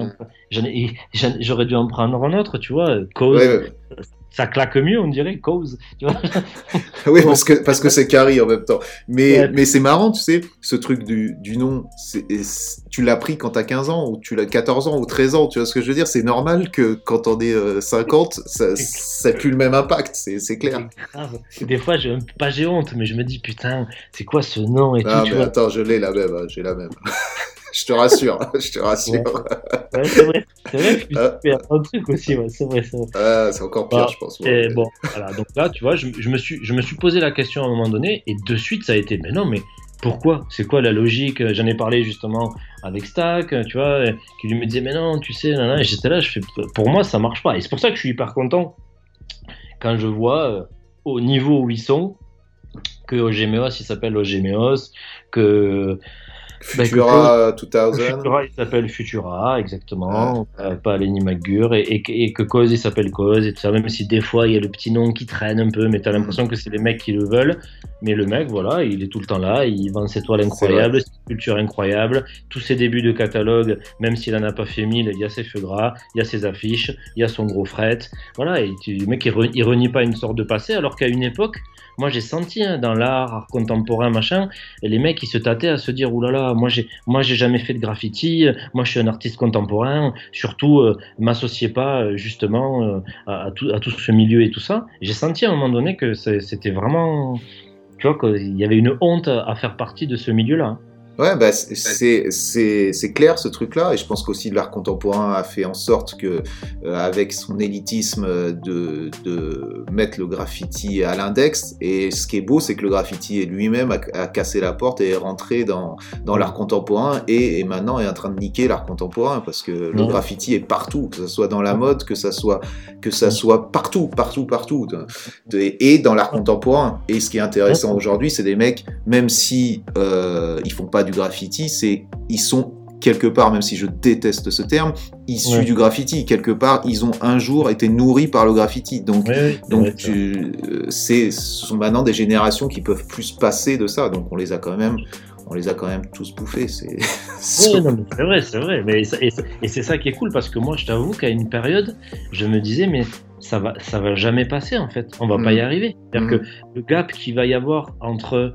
S6: j'aurais dû en prendre un autre, tu vois, Cause.
S1: Ouais.
S6: Ça claque mieux, on dirait, Cause, tu vois.
S1: Oui, parce que c'est Carrie en même temps. Mais c'est marrant, tu sais, ce truc du nom, tu l'as pris quand t'as 15 ans, ou tu l'as 14 ans, ou 13 ans, tu vois ce que je veux dire? C'est normal que quand on est 50, ça n'a plus le même impact, c'est clair.
S6: Des fois, j'ai honte, mais je me dis, putain, c'est quoi ce nom et tout,
S1: mais
S6: vois.
S1: Attends, je l'ai la même, j'ai la même. Je te rassure.
S6: Ouais, c'est vrai, que tu fais un truc aussi, ouais, c'est vrai.
S1: C'est encore pire, je pense.
S6: Et bon, voilà, donc là, tu vois, je me suis posé la question à un moment donné, et de suite, ça a été, mais non, mais pourquoi? C'est quoi la logique? J'en ai parlé justement avec Stack, tu vois, qui lui me disait, mais non, tu sais, et j'étais là, pour moi, ça marche pas. Et c'est pour ça que je suis hyper content quand je vois au niveau où ils sont, que Ogemeos, il s'appelle Ogemeos, que
S1: Futura 2000.
S6: Futura, il s'appelle Futura, exactement, pas Lenny McGurk, et que Cause, il s'appelle Cause, et tout ça, même si des fois, il y a le petit nom qui traîne un peu, mais t'as l'impression que c'est les mecs qui le veulent, mais le mec, voilà, il est tout le temps là, il vend ses toiles incroyables, ses sculptures incroyables, tous ses débuts de catalogue, même s'il en a pas fait 1000, il y a ses feux gras, il y a ses affiches, il y a son gros fret, voilà, et le mec, il renie pas une sorte de passé, alors qu'à une époque, moi j'ai senti dans l'art contemporain machin, les mecs ils se tâtaient à se dire oulala, moi j'ai jamais fait de graffiti, moi je suis un artiste contemporain, surtout m'associez pas justement à tout ce milieu et tout ça. J'ai senti à un moment donné que c'était vraiment, tu vois, qu'il y avait une honte à faire partie de ce milieu-là.
S1: Ouais, bah c'est clair ce truc-là, et je pense qu'aussi l'art contemporain a fait en sorte que, avec son élitisme, de mettre le graffiti à l'index. Et ce qui est beau, c'est que le graffiti lui-même a cassé la porte et est rentré dans l'art contemporain, et maintenant est en train de niquer l'art contemporain, parce que le graffiti est partout, que ça soit dans la mode, que ça soit partout, et dans l'art contemporain. Et ce qui est intéressant aujourd'hui, c'est des mecs, même si ils font pas du graffiti, ils sont quelque part, même si je déteste ce terme, issus du graffiti. Quelque part, ils ont un jour été nourris par le graffiti. Donc ce sont maintenant des générations qui peuvent plus se passer de ça. Donc on les a quand même tous bouffés.
S6: C'est vrai. Mais et c'est ça qui est cool, parce que moi, je t'avoue qu'à une période, je me disais, mais ça va jamais passer en fait. On va pas y arriver. C'est-à-dire que le gap qu'il va y avoir entre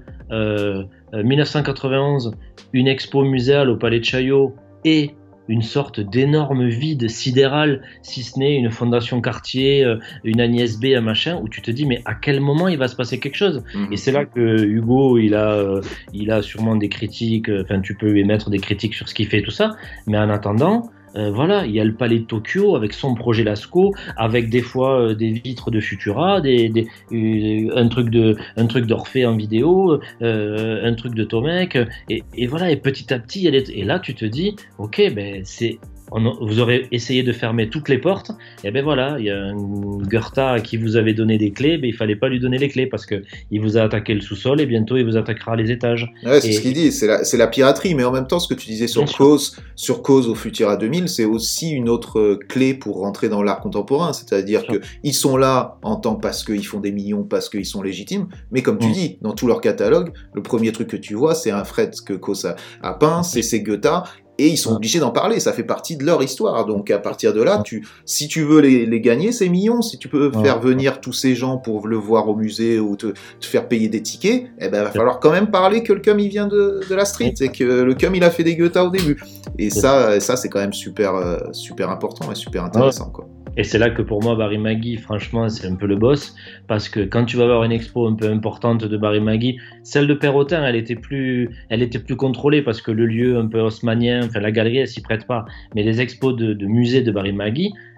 S6: 1991, une expo muséale au Palais de Chaillot, et une sorte d'énorme vide sidéral, si ce n'est une fondation Cartier, une Agnès B, un machin, où tu te dis mais à quel moment il va se passer quelque chose? Et c'est là que Hugo il a sûrement des critiques, enfin tu peux émettre des critiques sur ce qu'il fait et tout ça, mais en attendant, voilà, il y a le Palais de Tokyo avec son projet Lascaux, avec des fois des vitres de Futura, un truc d'Orphée en vidéo, un truc de Tomek, et voilà, et petit à petit, et là tu te dis, ok, ben vous aurez essayé de fermer toutes les portes, et ben voilà, il y a un Goethe à qui vous avez donné des clés, ben il fallait pas lui donner les clés parce que il vous a attaqué le sous-sol et bientôt il vous attaquera les étages.
S1: Ouais, c'est ce qu'il dit, c'est la piraterie, mais en même temps, ce que tu disais sur Cause au Futura 2000, c'est aussi une autre clé pour rentrer dans l'art contemporain, c'est-à-dire qu'ils sont là en tant parce qu'ils font des millions, parce qu'ils sont légitimes, mais comme tu dis, dans tout leur catalogue, le premier truc que tu vois, c'est un fret que Cause a peint, c'est Goethe. Et ils sont obligés d'en parler, ça fait partie de leur histoire. Donc à partir de là, si tu veux les gagner, ces millions, si tu peux faire venir tous ces gens pour le voir au musée ou te faire payer des tickets, eh ben va falloir quand même parler que le cum il vient de la street, et que le cum il a fait des Goethe au début. Et ça c'est quand même super important et super intéressant, quoi.
S6: Et c'est là que pour moi, Barry Maggie, franchement, c'est un peu le boss, parce que quand tu vas voir une expo un peu importante de Barry Maggie, celle de Perrotin, elle était plus contrôlée, parce que le lieu un peu haussmannien, enfin la galerie, elle s'y prête pas. Mais les expos de musée de Barry Maggie,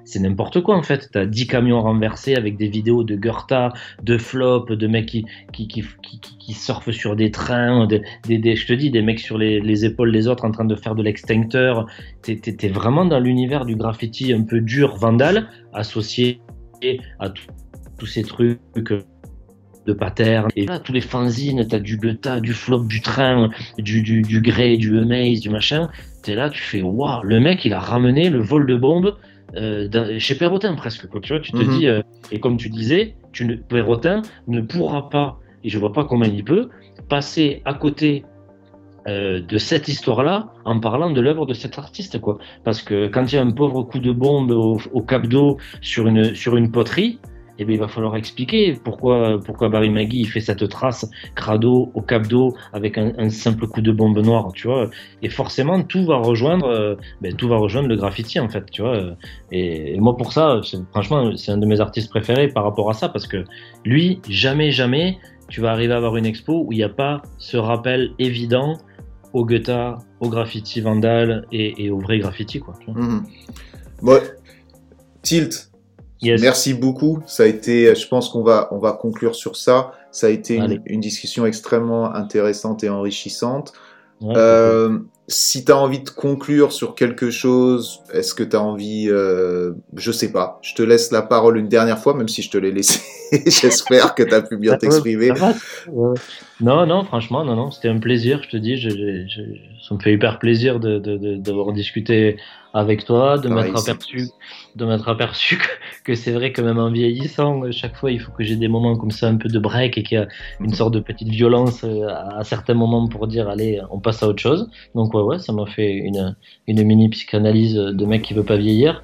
S6: c'est n'importe quoi en fait. T'as 10 camions renversés avec des vidéos de Goethe, de Flop, de mecs qui surfent sur des trains, je te dis, des mecs sur les épaules des autres en train de faire de l'extincteur. T'es vraiment dans l'univers du graffiti un peu dur, vandale, associé à tous ces trucs de pattern. Et là, tous les fanzines, t'as du Goethe, du Flop, du train, du Grey, du Amaze, du machin. T'es là, tu fais, waouh, le mec, il a ramené le vol de bombes chez Perrotin presque, quoi. Tu vois, tu te dis, et comme tu disais, Perrotin ne pourra pas, et je vois pas comment il peut, passer à côté de cette histoire-là en parlant de l'œuvre de cet artiste, quoi. Parce que quand il y a un pauvre coup de bombe au cap d'eau sur une poterie, eh bien, il va falloir expliquer pourquoi Barry Maggie il fait cette trace crado au cap d'eau avec un simple coup de bombe noire, tu vois. Et forcément, tout va rejoindre le graffiti, en fait, tu vois. Et moi, pour ça, franchement, c'est un de mes artistes préférés par rapport à ça, parce que lui, jamais, tu vas arriver à avoir une expo où il n'y a pas ce rappel évident au Goethe, au graffiti vandal et au vrai graffiti, quoi.
S1: Ouais. Tilt.
S6: Yes.
S1: Merci beaucoup. Ça a été, je pense qu'on va conclure sur ça. Ça a été une discussion extrêmement intéressante et enrichissante.
S6: Ouais,
S1: si tu as envie de conclure sur quelque chose, est-ce que tu as envie, je sais pas, je te laisse la parole une dernière fois, même si je te l'ai laissé. J'espère que tu as pu bien t'exprimer.
S6: Non, franchement, non, c'était un plaisir, je te dis, ça me fait hyper plaisir d'avoir discuté avec toi, de m'être aperçu que c'est vrai que même en vieillissant, chaque fois il faut que j'ai des moments comme ça, un peu de break, et qu'il y a une sorte de petite violence à certains moments pour dire allez, on passe à autre chose. Donc ouais, ça m'a fait une mini psychanalyse de mec qui veut pas vieillir.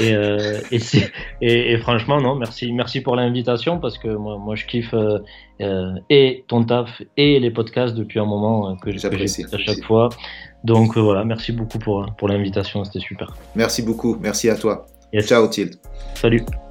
S6: Et franchement, non, merci pour l'invitation, parce que moi je kiffe et ton taf et les podcasts depuis un moment que j'apprécie à chaque fois. Donc voilà, merci beaucoup pour l'invitation, c'était super.
S1: Merci beaucoup, merci à toi.
S6: Yes.
S1: Ciao Tilt.
S6: Salut.